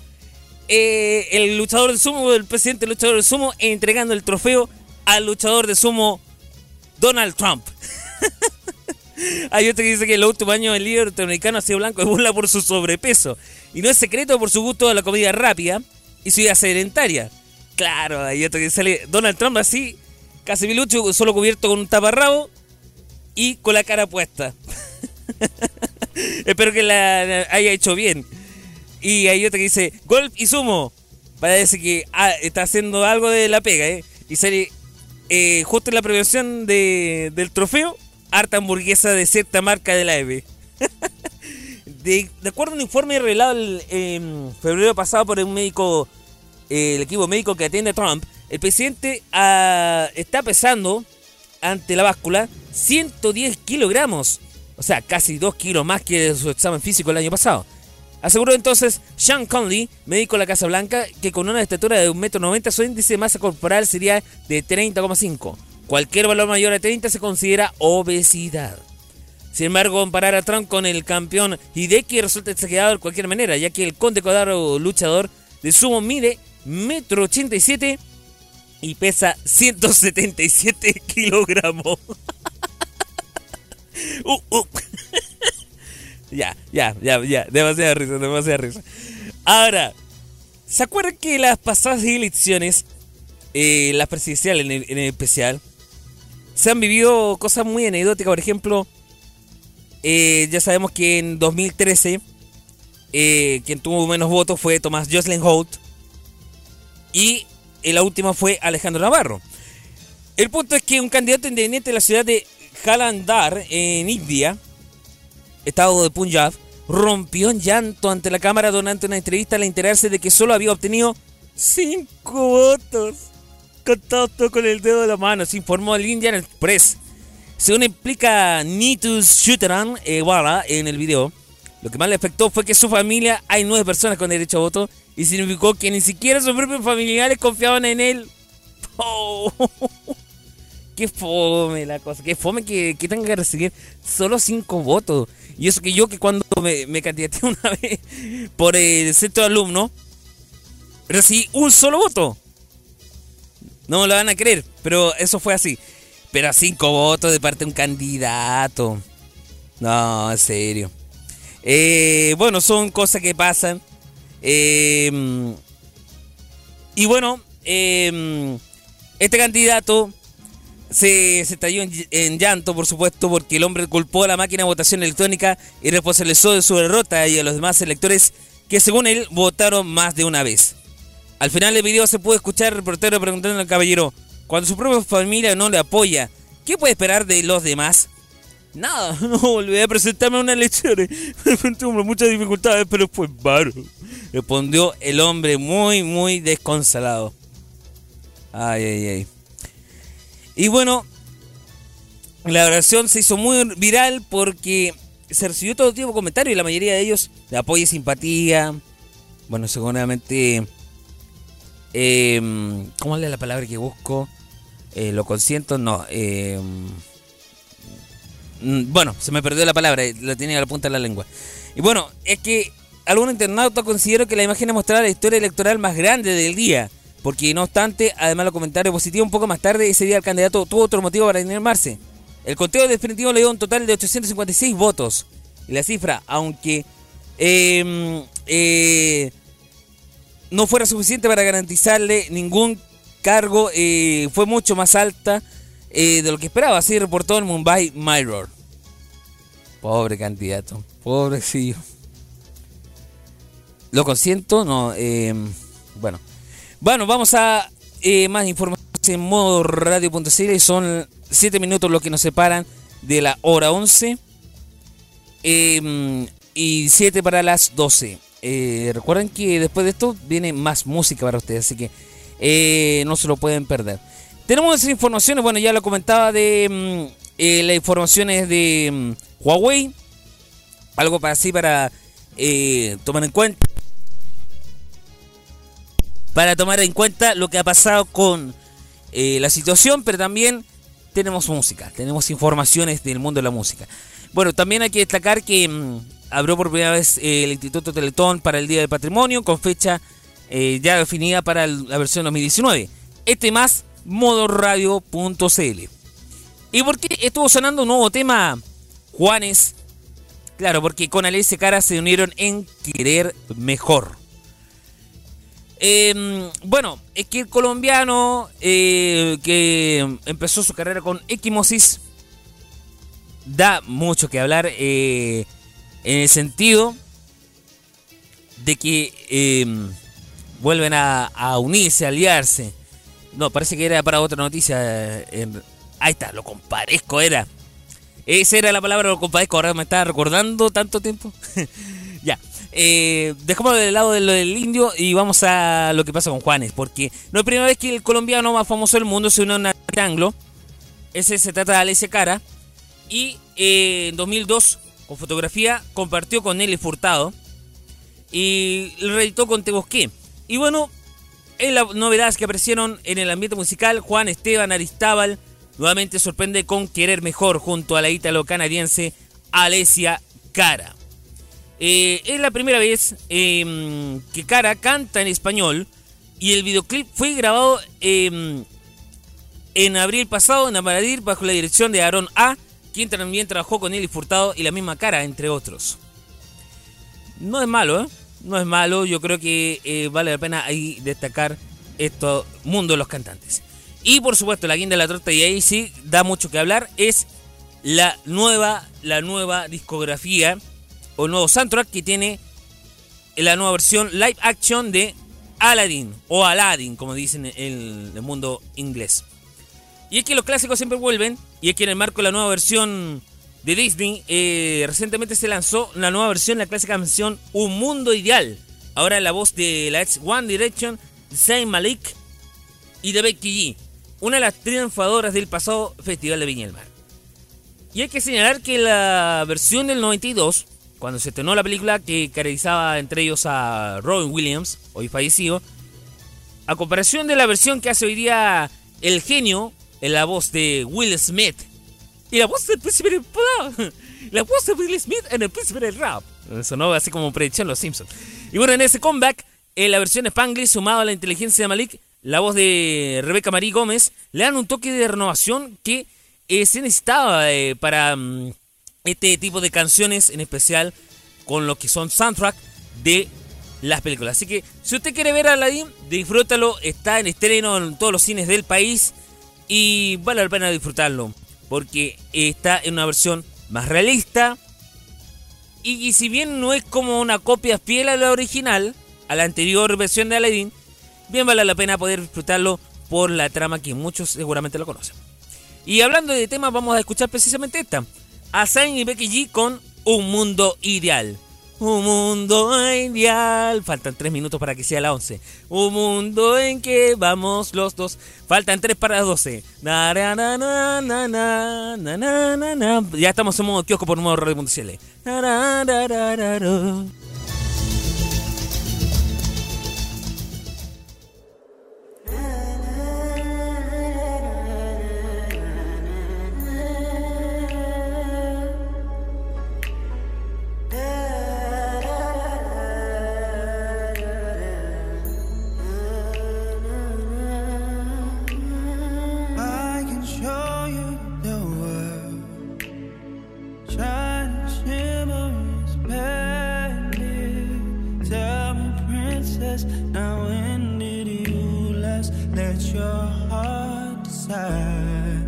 el luchador de sumo, el presidente luchador de sumo, entregando el trofeo al luchador de sumo Donald Trump. Hay otro que dice que en los últimos años el líder norteamericano ha sido blanco de burla por su sobrepeso. Y no es secreto por su gusto a la comida rápida y su vida sedentaria. Claro, hay otro que sale Donald Trump así, casi bilucho, solo cubierto con un taparrabo y con la cara puesta. Espero que la haya hecho bien. Y hay otro que dice golf y sumo. Parece que está haciendo algo de la pega, Y sale justo en la premiación del trofeo, harta hamburguesa de cierta marca de la EVE. De acuerdo a un informe revelado en febrero pasado por un médico, el equipo médico que atiende a Trump, el presidente está pesando ante la báscula 110 kilogramos. O sea, casi 2 kilos más que su examen físico el año pasado. Aseguró entonces Sean Conley, médico de la Casa Blanca, que con una estatura de 1,90 m su índice de masa corporal sería de 30,5. Cualquier valor mayor a 30 se considera obesidad. Sin embargo, comparar a Trump con el campeón Hideki resulta exagerado de cualquier manera, ya que el condecorado luchador de sumo mide 1,87 m y pesa 177 kilogramos. Ya, demasiada risa. Ahora, ¿se acuerdan que las pasadas elecciones, las presidenciales en especial, se han vivido cosas muy anecdóticas? Por ejemplo, ya sabemos que en 2013 quien tuvo menos votos fue Thomas Jocelyn Holt y la última fue Alejandro Navarro. El punto es que un candidato independiente de la ciudad de Jalandhar, en India, estado de Punjab, rompió en llanto ante la cámara durante una entrevista al enterarse de que solo había obtenido 5 votos, contados todo con el dedo de la mano, se informó el Indian Express. Según explica Nitus Shuteran Wala en el video, lo que más le afectó fue que en su familia hay 9 personas con derecho a voto y significó que ni siquiera sus propios familiares confiaban en él. Oh, qué fome la cosa, qué fome que tenga que recibir solo 5 votos. Y eso que yo, que cuando me candidaté una vez por el centro de alumnos, recibí un solo voto. No me lo van a creer, pero eso fue así. Pero a 5 votos de parte de un candidato. No, en serio. Bueno, son cosas que pasan. Y bueno, este candidato se estalló en llanto, por supuesto, porque el hombre culpó a la máquina de votación electrónica y responsabilizó de su derrota y a los demás electores que, según él, votaron más de una vez. Al final del video se pudo escuchar al reportero preguntando al caballero: cuando su propia familia no le apoya, ¿qué puede esperar de los demás? Nada, no volví a presentarme a unas elecciones. Tuve muchas dificultades, pero fue varo, respondió el hombre muy desconsolado. Ay. Y bueno, la oración se hizo muy viral porque se recibió todo tipo de comentarios y la mayoría de ellos de apoyo y simpatía. Bueno, seguramente... ¿cómo es la palabra que busco? Lo consiento, no. Bueno, se me perdió la palabra, la tenía a la punta de la lengua. Y bueno, es que algunos internautas consideran que la imagen mostraba la historia electoral más grande del día. Porque no obstante, además de los comentarios positivos, un poco más tarde ese día el candidato tuvo otro motivo para animarse. El conteo definitivo le dio un total de 856 votos. Y la cifra, aunque no fuera suficiente para garantizarle ningún cargo, fue mucho más alta de lo que esperaba. Así reportó el Mumbai Mirror. Pobre candidato, pobrecillo. Lo consiento, no. Bueno, vamos a más información en modo radio.cl. Son 7 minutos los que nos separan de la hora 11 y 7 para las 12. Recuerden que después de esto viene más música para ustedes, así que no se lo pueden perder. Tenemos esas informaciones, bueno, ya lo comentaba de las informaciones de Huawei, algo para tomar en cuenta. Para tomar en cuenta lo que ha pasado con la situación, pero también tenemos música, tenemos informaciones del mundo de la música. Bueno, también hay que destacar que abrió por primera vez el Instituto Teletón para el Día del Patrimonio, con fecha ya definida para la versión 2019. Más modoradio.cl. ¿Y por qué estuvo sonando un nuevo tema, Juanes? Claro, porque con Alicia Cara se unieron en Querer Mejor. Bueno, es que el colombiano que empezó su carrera con Equimosis da mucho que hablar en el sentido de que vuelven a unirse, a aliarse. No, parece que era para otra noticia. Ahí está, lo compadezco era. Esa era la palabra, lo compadezco. Ahora me estaba recordando tanto tiempo. Ya. Dejamos de lado de lo del indio y vamos a lo que pasa con Juanes, porque no es la primera vez que el colombiano más famoso del mundo se une a un triángulo. Ese se trata de Alicia Cara. Y en 2002, con fotografía, compartió con Nelly Furtado. y reeditó con Te Busqué. Y bueno, en las novedades que aparecieron en el ambiente musical, Juan Esteban Aristábal nuevamente sorprende con Querer Mejor junto a la ítalo-canadiense Alessia Cara. Es la primera vez que Cara canta en español y el videoclip fue grabado en abril pasado en Amaradil bajo la dirección de Aarón A., quien también trabajó con Nelly Furtado y la misma Cara, entre otros. No es malo, no es malo. Yo creo que vale la pena ahí destacar esto, mundo de los cantantes. Y por supuesto, la guinda de la torta, y ahí sí da mucho que hablar, es la nueva discografía o el nuevo soundtrack que tiene la nueva versión live action de Aladdin, o Aladdin, como dicen en el mundo inglés. Y es que los clásicos siempre vuelven, y es que en el marco de la nueva versión de Disney, recientemente se lanzó la nueva versión, la clásica canción Un Mundo Ideal. Ahora la voz de la ex One Direction, Zayn Malik, y de Becky G, una de las triunfadoras del pasado Festival de Viña del Mar. Y hay que señalar que la versión del 92, cuando se estrenó la película que caracterizaba entre ellos a Robin Williams, hoy fallecido, a comparación de la versión que hace hoy día el genio en la voz de Will Smith y la voz del príncipe del pop, la voz de Will Smith en el príncipe del rap, sonó así como predicción Los Simpsons. Y bueno, en ese comeback, en la versión Spanglish sumado a la inteligencia de Malik, la voz de Rebeca Marie Gómez, le dan un toque de renovación que se necesitaba para este tipo de canciones, en especial con lo que son soundtrack de las películas. Así que si usted quiere ver a Aladdin, disfrútalo, está en estreno en todos los cines del país y vale la pena disfrutarlo porque está en una versión más realista y si bien no es como una copia fiel a la original, a la anterior versión de Aladdin, bien vale la pena poder disfrutarlo por la trama que muchos seguramente lo conocen. Y hablando de temas, vamos a escuchar precisamente esta, a Zayn y Becky G con Un Mundo Ideal. Un mundo ideal. Faltan 3 minutos para que sea la 11. Un mundo en que vamos los dos. Faltan 3 para las 12. Na, na, na, na, na, na, na, na, na. Ya estamos en modo kiosco por modo radio.cl. Na, na, na, na, na, na. Now when did you last let your heart decide?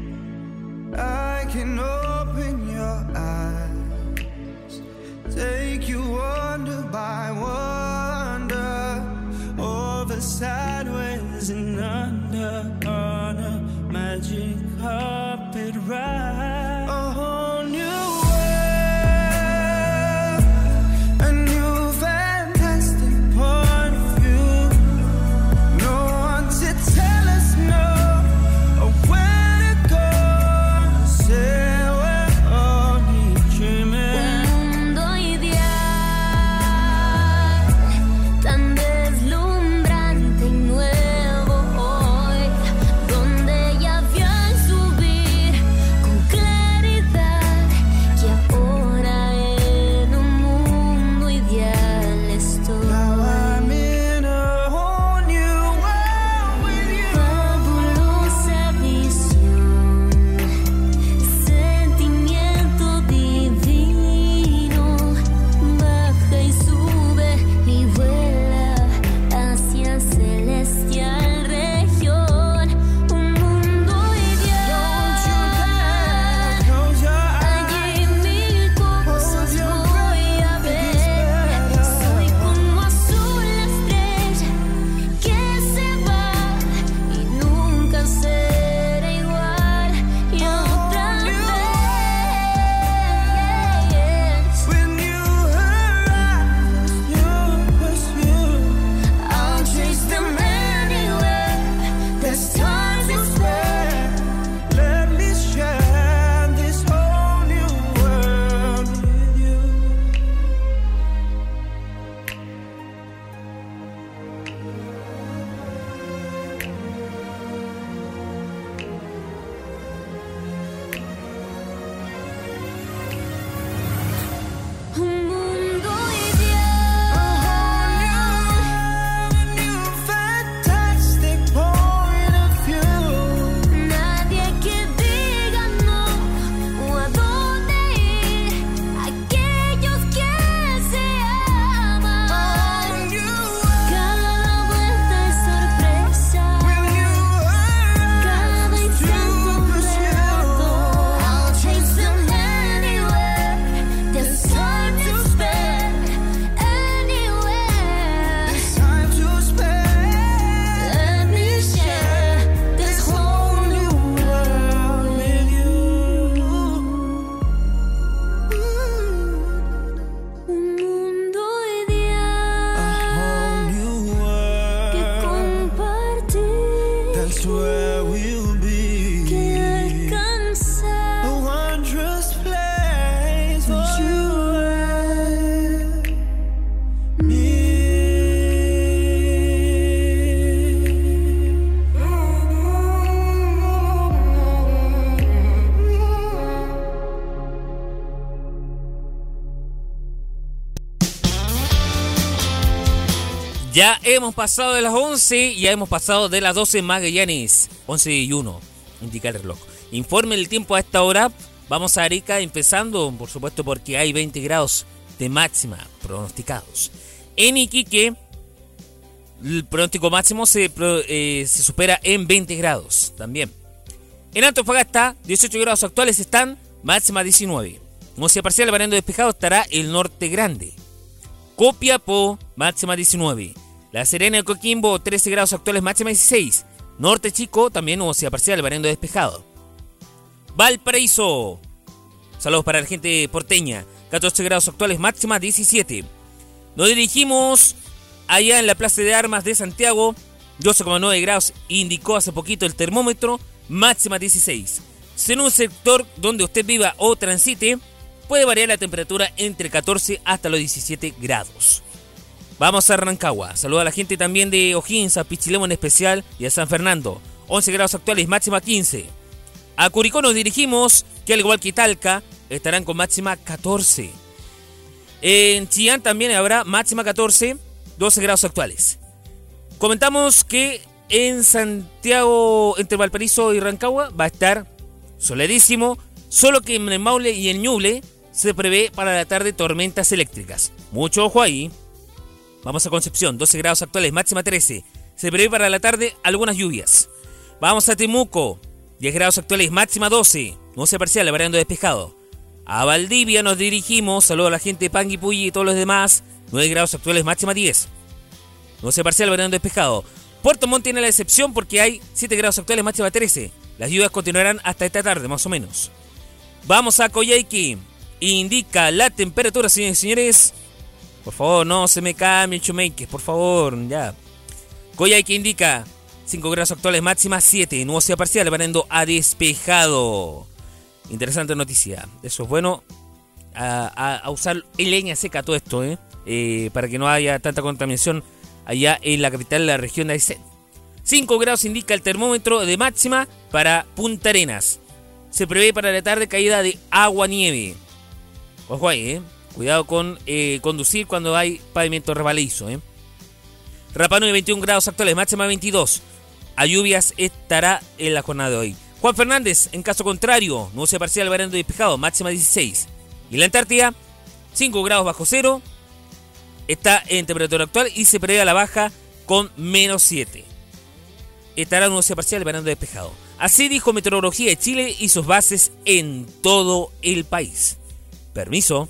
I can open your eyes, take you wonder by wonder, over sideways and under, on a magic carpet ride. A whole new Donde ya vio en subir con claridad. that's where we'll be. Que alcanzar A wondrous place for you and me. Ya hemos pasado de las 11, ya hemos pasado de las 12 en Magallanes. 11 y 1, indica el reloj. Informe el tiempo a esta hora. Vamos a Arica empezando, por supuesto, porque hay 20 grados de máxima pronosticados. En Iquique, el pronóstico máximo se supera en 20 grados también. En Antofagasta, 18 grados actuales están, máxima 19. Nubosidad parcial, variando despejado, estará el norte grande. Copiapó, máxima 19. La Serena y Coquimbo, 13 grados actuales, máxima 16. Norte Chico, también nubosidad parcial, variando despejado. Valparaíso, saludos para la gente porteña, 14 grados actuales, máxima 17. Nos dirigimos allá en la Plaza de Armas de Santiago, 12,9 grados, indicó hace poquito el termómetro, máxima 16. Si en un sector donde usted viva o transite, puede variar la temperatura entre 14 hasta los 17 grados. Vamos a Rancagua. Saluda a la gente también de O'Higgins, a Pichilemu en especial y a San Fernando. 11 grados actuales, máxima 15. A Curicó nos dirigimos, que al igual que Talca, estarán con máxima 14. En Chillán también habrá máxima 14, 12 grados actuales. Comentamos que en Santiago, entre Valparaíso y Rancagua, va a estar soleadísimo, solo que en el Maule y en Ñuble se prevé para la tarde tormentas eléctricas. Mucho ojo ahí. Vamos a Concepción, 12 grados actuales, máxima 13. Se prevé para la tarde algunas lluvias. Vamos a Temuco, 10 grados actuales, máxima 12. No se parcial, variando despejado. A Valdivia nos dirigimos, saludo a la gente de Panguipulli y todos los demás. 9 grados actuales, máxima 10. No se parcial, variando despejado. Puerto Montt tiene la excepción porque hay 7 grados actuales, máxima 13. Las lluvias continuarán hasta esta tarde, más o menos. Vamos a Coyhaique. Indica la temperatura, señores y señores. Por favor, no se me cambien, chumeques, por favor, ya. Coyhaique indica 5 grados actuales, máxima 7. Nubosidad parcial, variando a despejado. Interesante noticia. Eso es bueno. A usar leña seca todo esto, para que no haya tanta contaminación allá en la capital de la región de Aysén. 5 grados indica el termómetro de máxima para Punta Arenas. Se prevé para la tarde caída de agua-nieve. Ojo ahí, cuidado con conducir cuando hay pavimento resbaladizo. Rapa Nui, 21 grados actuales, máxima 22. A lluvias estará en la jornada de hoy. Juan Fernández, en caso contrario, nubosidad parcial, variando despejado, máxima 16. Y la Antártida, 5 grados bajo cero, está en temperatura actual y se prevé a la baja con menos 7. Estará nubosidad parcial, variando despejado. Así dijo Meteorología de Chile y sus bases en todo el país. Permiso.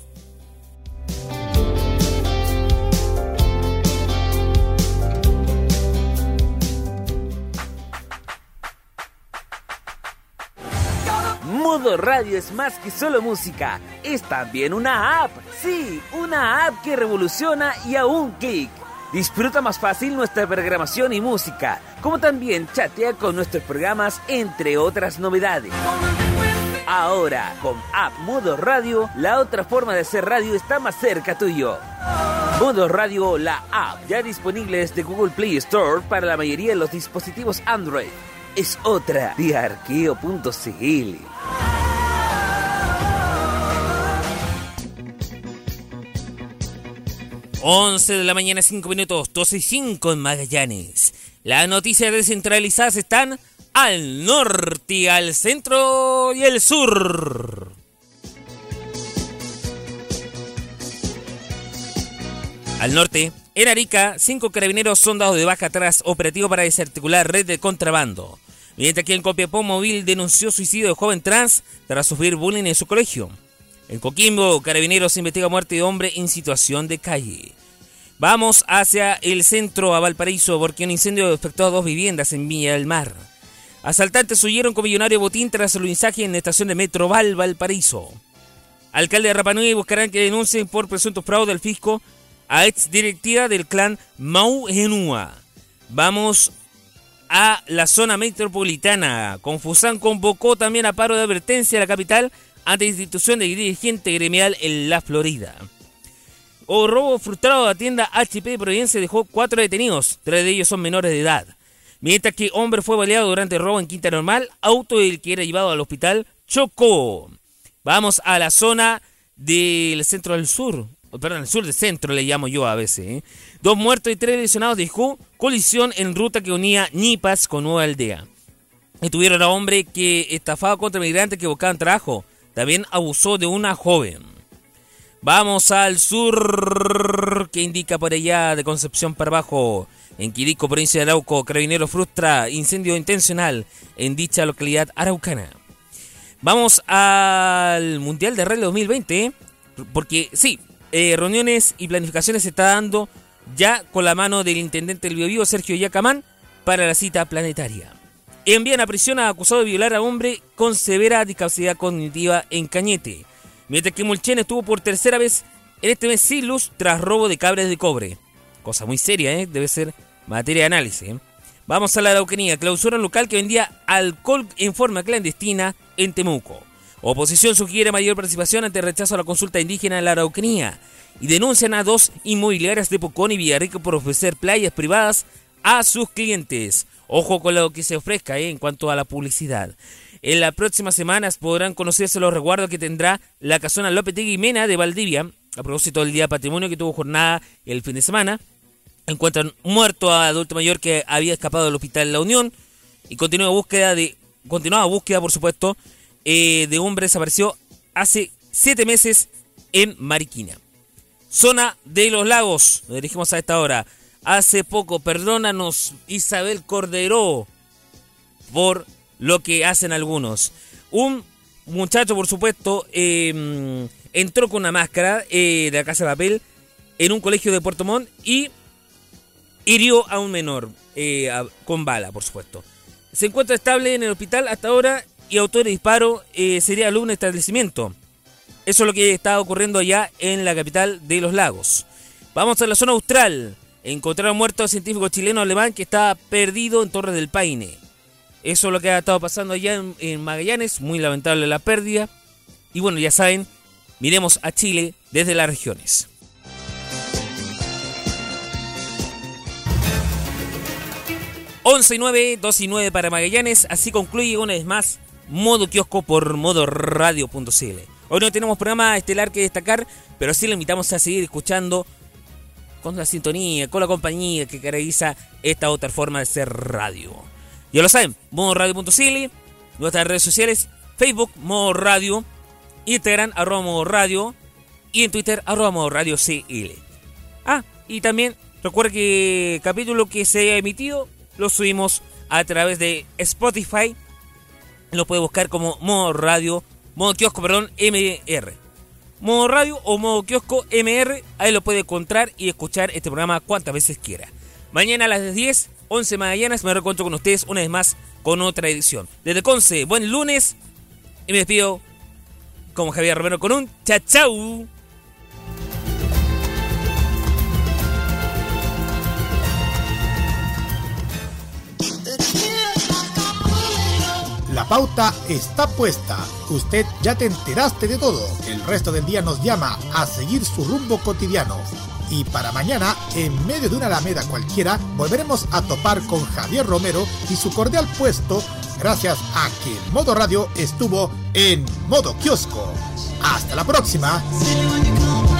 Modo Radio es más que solo música, es también una app. Sí, una app que revoluciona y a un clic. Disfruta más fácil nuestra programación y música, como también chatea con nuestros programas, entre otras novedades. Ahora, con App Modo Radio, la otra forma de hacer radio está más cerca tuyo. Modo Radio, la app, ya disponible desde Google Play Store para la mayoría de los dispositivos Android. Es otra de arqueo.cl. Once de la mañana, 5 minutos, 12 y 5 en Magallanes. Las noticias descentralizadas están al norte, al centro y al sur. Al norte, en Arica, 5 carabineros son dados de baja tras operativo para desarticular red de contrabando. Mientras que en Copiapó, Móvil denunció suicidio de joven trans tras sufrir bullying en su colegio. En Coquimbo, Carabineros investiga muerte de hombre en situación de calle. Vamos hacia el centro, a Valparaíso, porque un incendio afectó a 2 viviendas en Viña del Mar. Asaltantes huyeron con millonario botín tras el mensaje en la estación de Metro Valparaíso. Alcalde de Rapa Nui buscarán que denuncien por presunto fraude al fisco a ex directiva del clan Mau Henua. Vamos a la zona metropolitana. Confusan convocó también a paro de advertencia a la capital ante institución de dirigente gremial en la Florida. O robo frustrado a tienda HP de Providencia dejó 4 detenidos, 3 de ellos son menores de edad. Mientras que hombre fue baleado durante el robo en Quinta Normal, auto del que era llevado al hospital chocó. Vamos a la zona del centro del sur, perdón, el sur del centro le llamo yo a veces. 2 muertos y 3 lesionados dejó colisión en ruta que unía Ñipas con Nueva Aldea. Detuvieron a hombre que estafaba contra migrantes que buscaban trabajo. También abusó de una joven. Vamos al sur, que indica por allá de Concepción para abajo. En Quirico, provincia de Arauco, Carabinero frustra incendio intencional en dicha localidad araucana. Vamos al Mundial de Rally 2020, porque sí, reuniones y planificaciones se está dando ya con la mano del intendente del Biobío, Sergio Yacamán, para la cita planetaria. Envían a prisión a acusado de violar a hombre con severa discapacidad cognitiva en Cañete. Mientras que Mulchen estuvo por tercera vez en este mes sin luz tras robo de cables de cobre. Cosa muy seria, debe ser materia de análisis. Vamos a la Araucanía. Clausura un local que vendía alcohol en forma clandestina en Temuco. Oposición sugiere mayor participación ante el rechazo a la consulta indígena en la Araucanía. Y denuncian a 2 inmobiliarias de Pucón y Villarrica por ofrecer playas privadas a sus clientes. Ojo con lo que se ofrezca en cuanto a la publicidad. En las próximas semanas podrán conocerse los resguardos que tendrá la casona Lopetegui Mena de Valdivia. A propósito del Día Patrimonio que tuvo jornada el fin de semana. Encuentran muerto a adulto mayor que había escapado del hospital La Unión. Y continuaba búsqueda, por supuesto, de hombre desapareció hace 7 meses en Mariquina. Zona de los Lagos, nos dirigimos a esta hora. Hace poco, perdónanos Isabel Cordero por lo que hacen algunos. Un muchacho, por supuesto, entró con una máscara de la Casa de Papel en un colegio de Puerto Montt y hirió a un menor con bala, por supuesto. Se encuentra estable en el hospital hasta ahora y autor de disparo sería alumno de establecimiento. Eso es lo que está ocurriendo allá en la capital de los Lagos. Vamos a la zona austral. Encontraron muerto al científico chileno-alemán que estaba perdido en Torres del Paine. Eso es lo que ha estado pasando allá en Magallanes. Muy lamentable la pérdida. Y bueno, ya saben, miremos a Chile desde las regiones. Once y 9, 2 y 9 para Magallanes. Así concluye una vez más Modo Kiosco por modoradio.cl. Hoy no tenemos programa estelar que destacar, pero sí le invitamos a seguir escuchando con la sintonía, con la compañía que caracteriza esta otra forma de ser radio. Ya lo saben, modoradio.cl, nuestras redes sociales, Facebook, Modo Radio, Instagram, @Modo Radio, y en Twitter, @Modo Radio CL. Y también recuerda que capítulo que se haya emitido lo subimos a través de Spotify. Lo puede buscar como Modo Radio, Modo Kiosco, MR. Modo Radio o Modo Kiosco MR, ahí lo puede encontrar y escuchar este programa cuantas veces quiera. Mañana a las 10, 11 Magallanes, me reencuentro con ustedes una vez más con otra edición. Desde Conce, buen lunes, y me despido como Javier Romero con un chau chau. La pauta está puesta. Usted ya te enteraste de todo. El resto del día nos llama a seguir su rumbo cotidiano. Y para mañana, en medio de una alameda cualquiera, volveremos a topar con Javier Romero y su cordial puesto, gracias a que el Modo Radio estuvo en Modo Kiosco. ¡Hasta la próxima!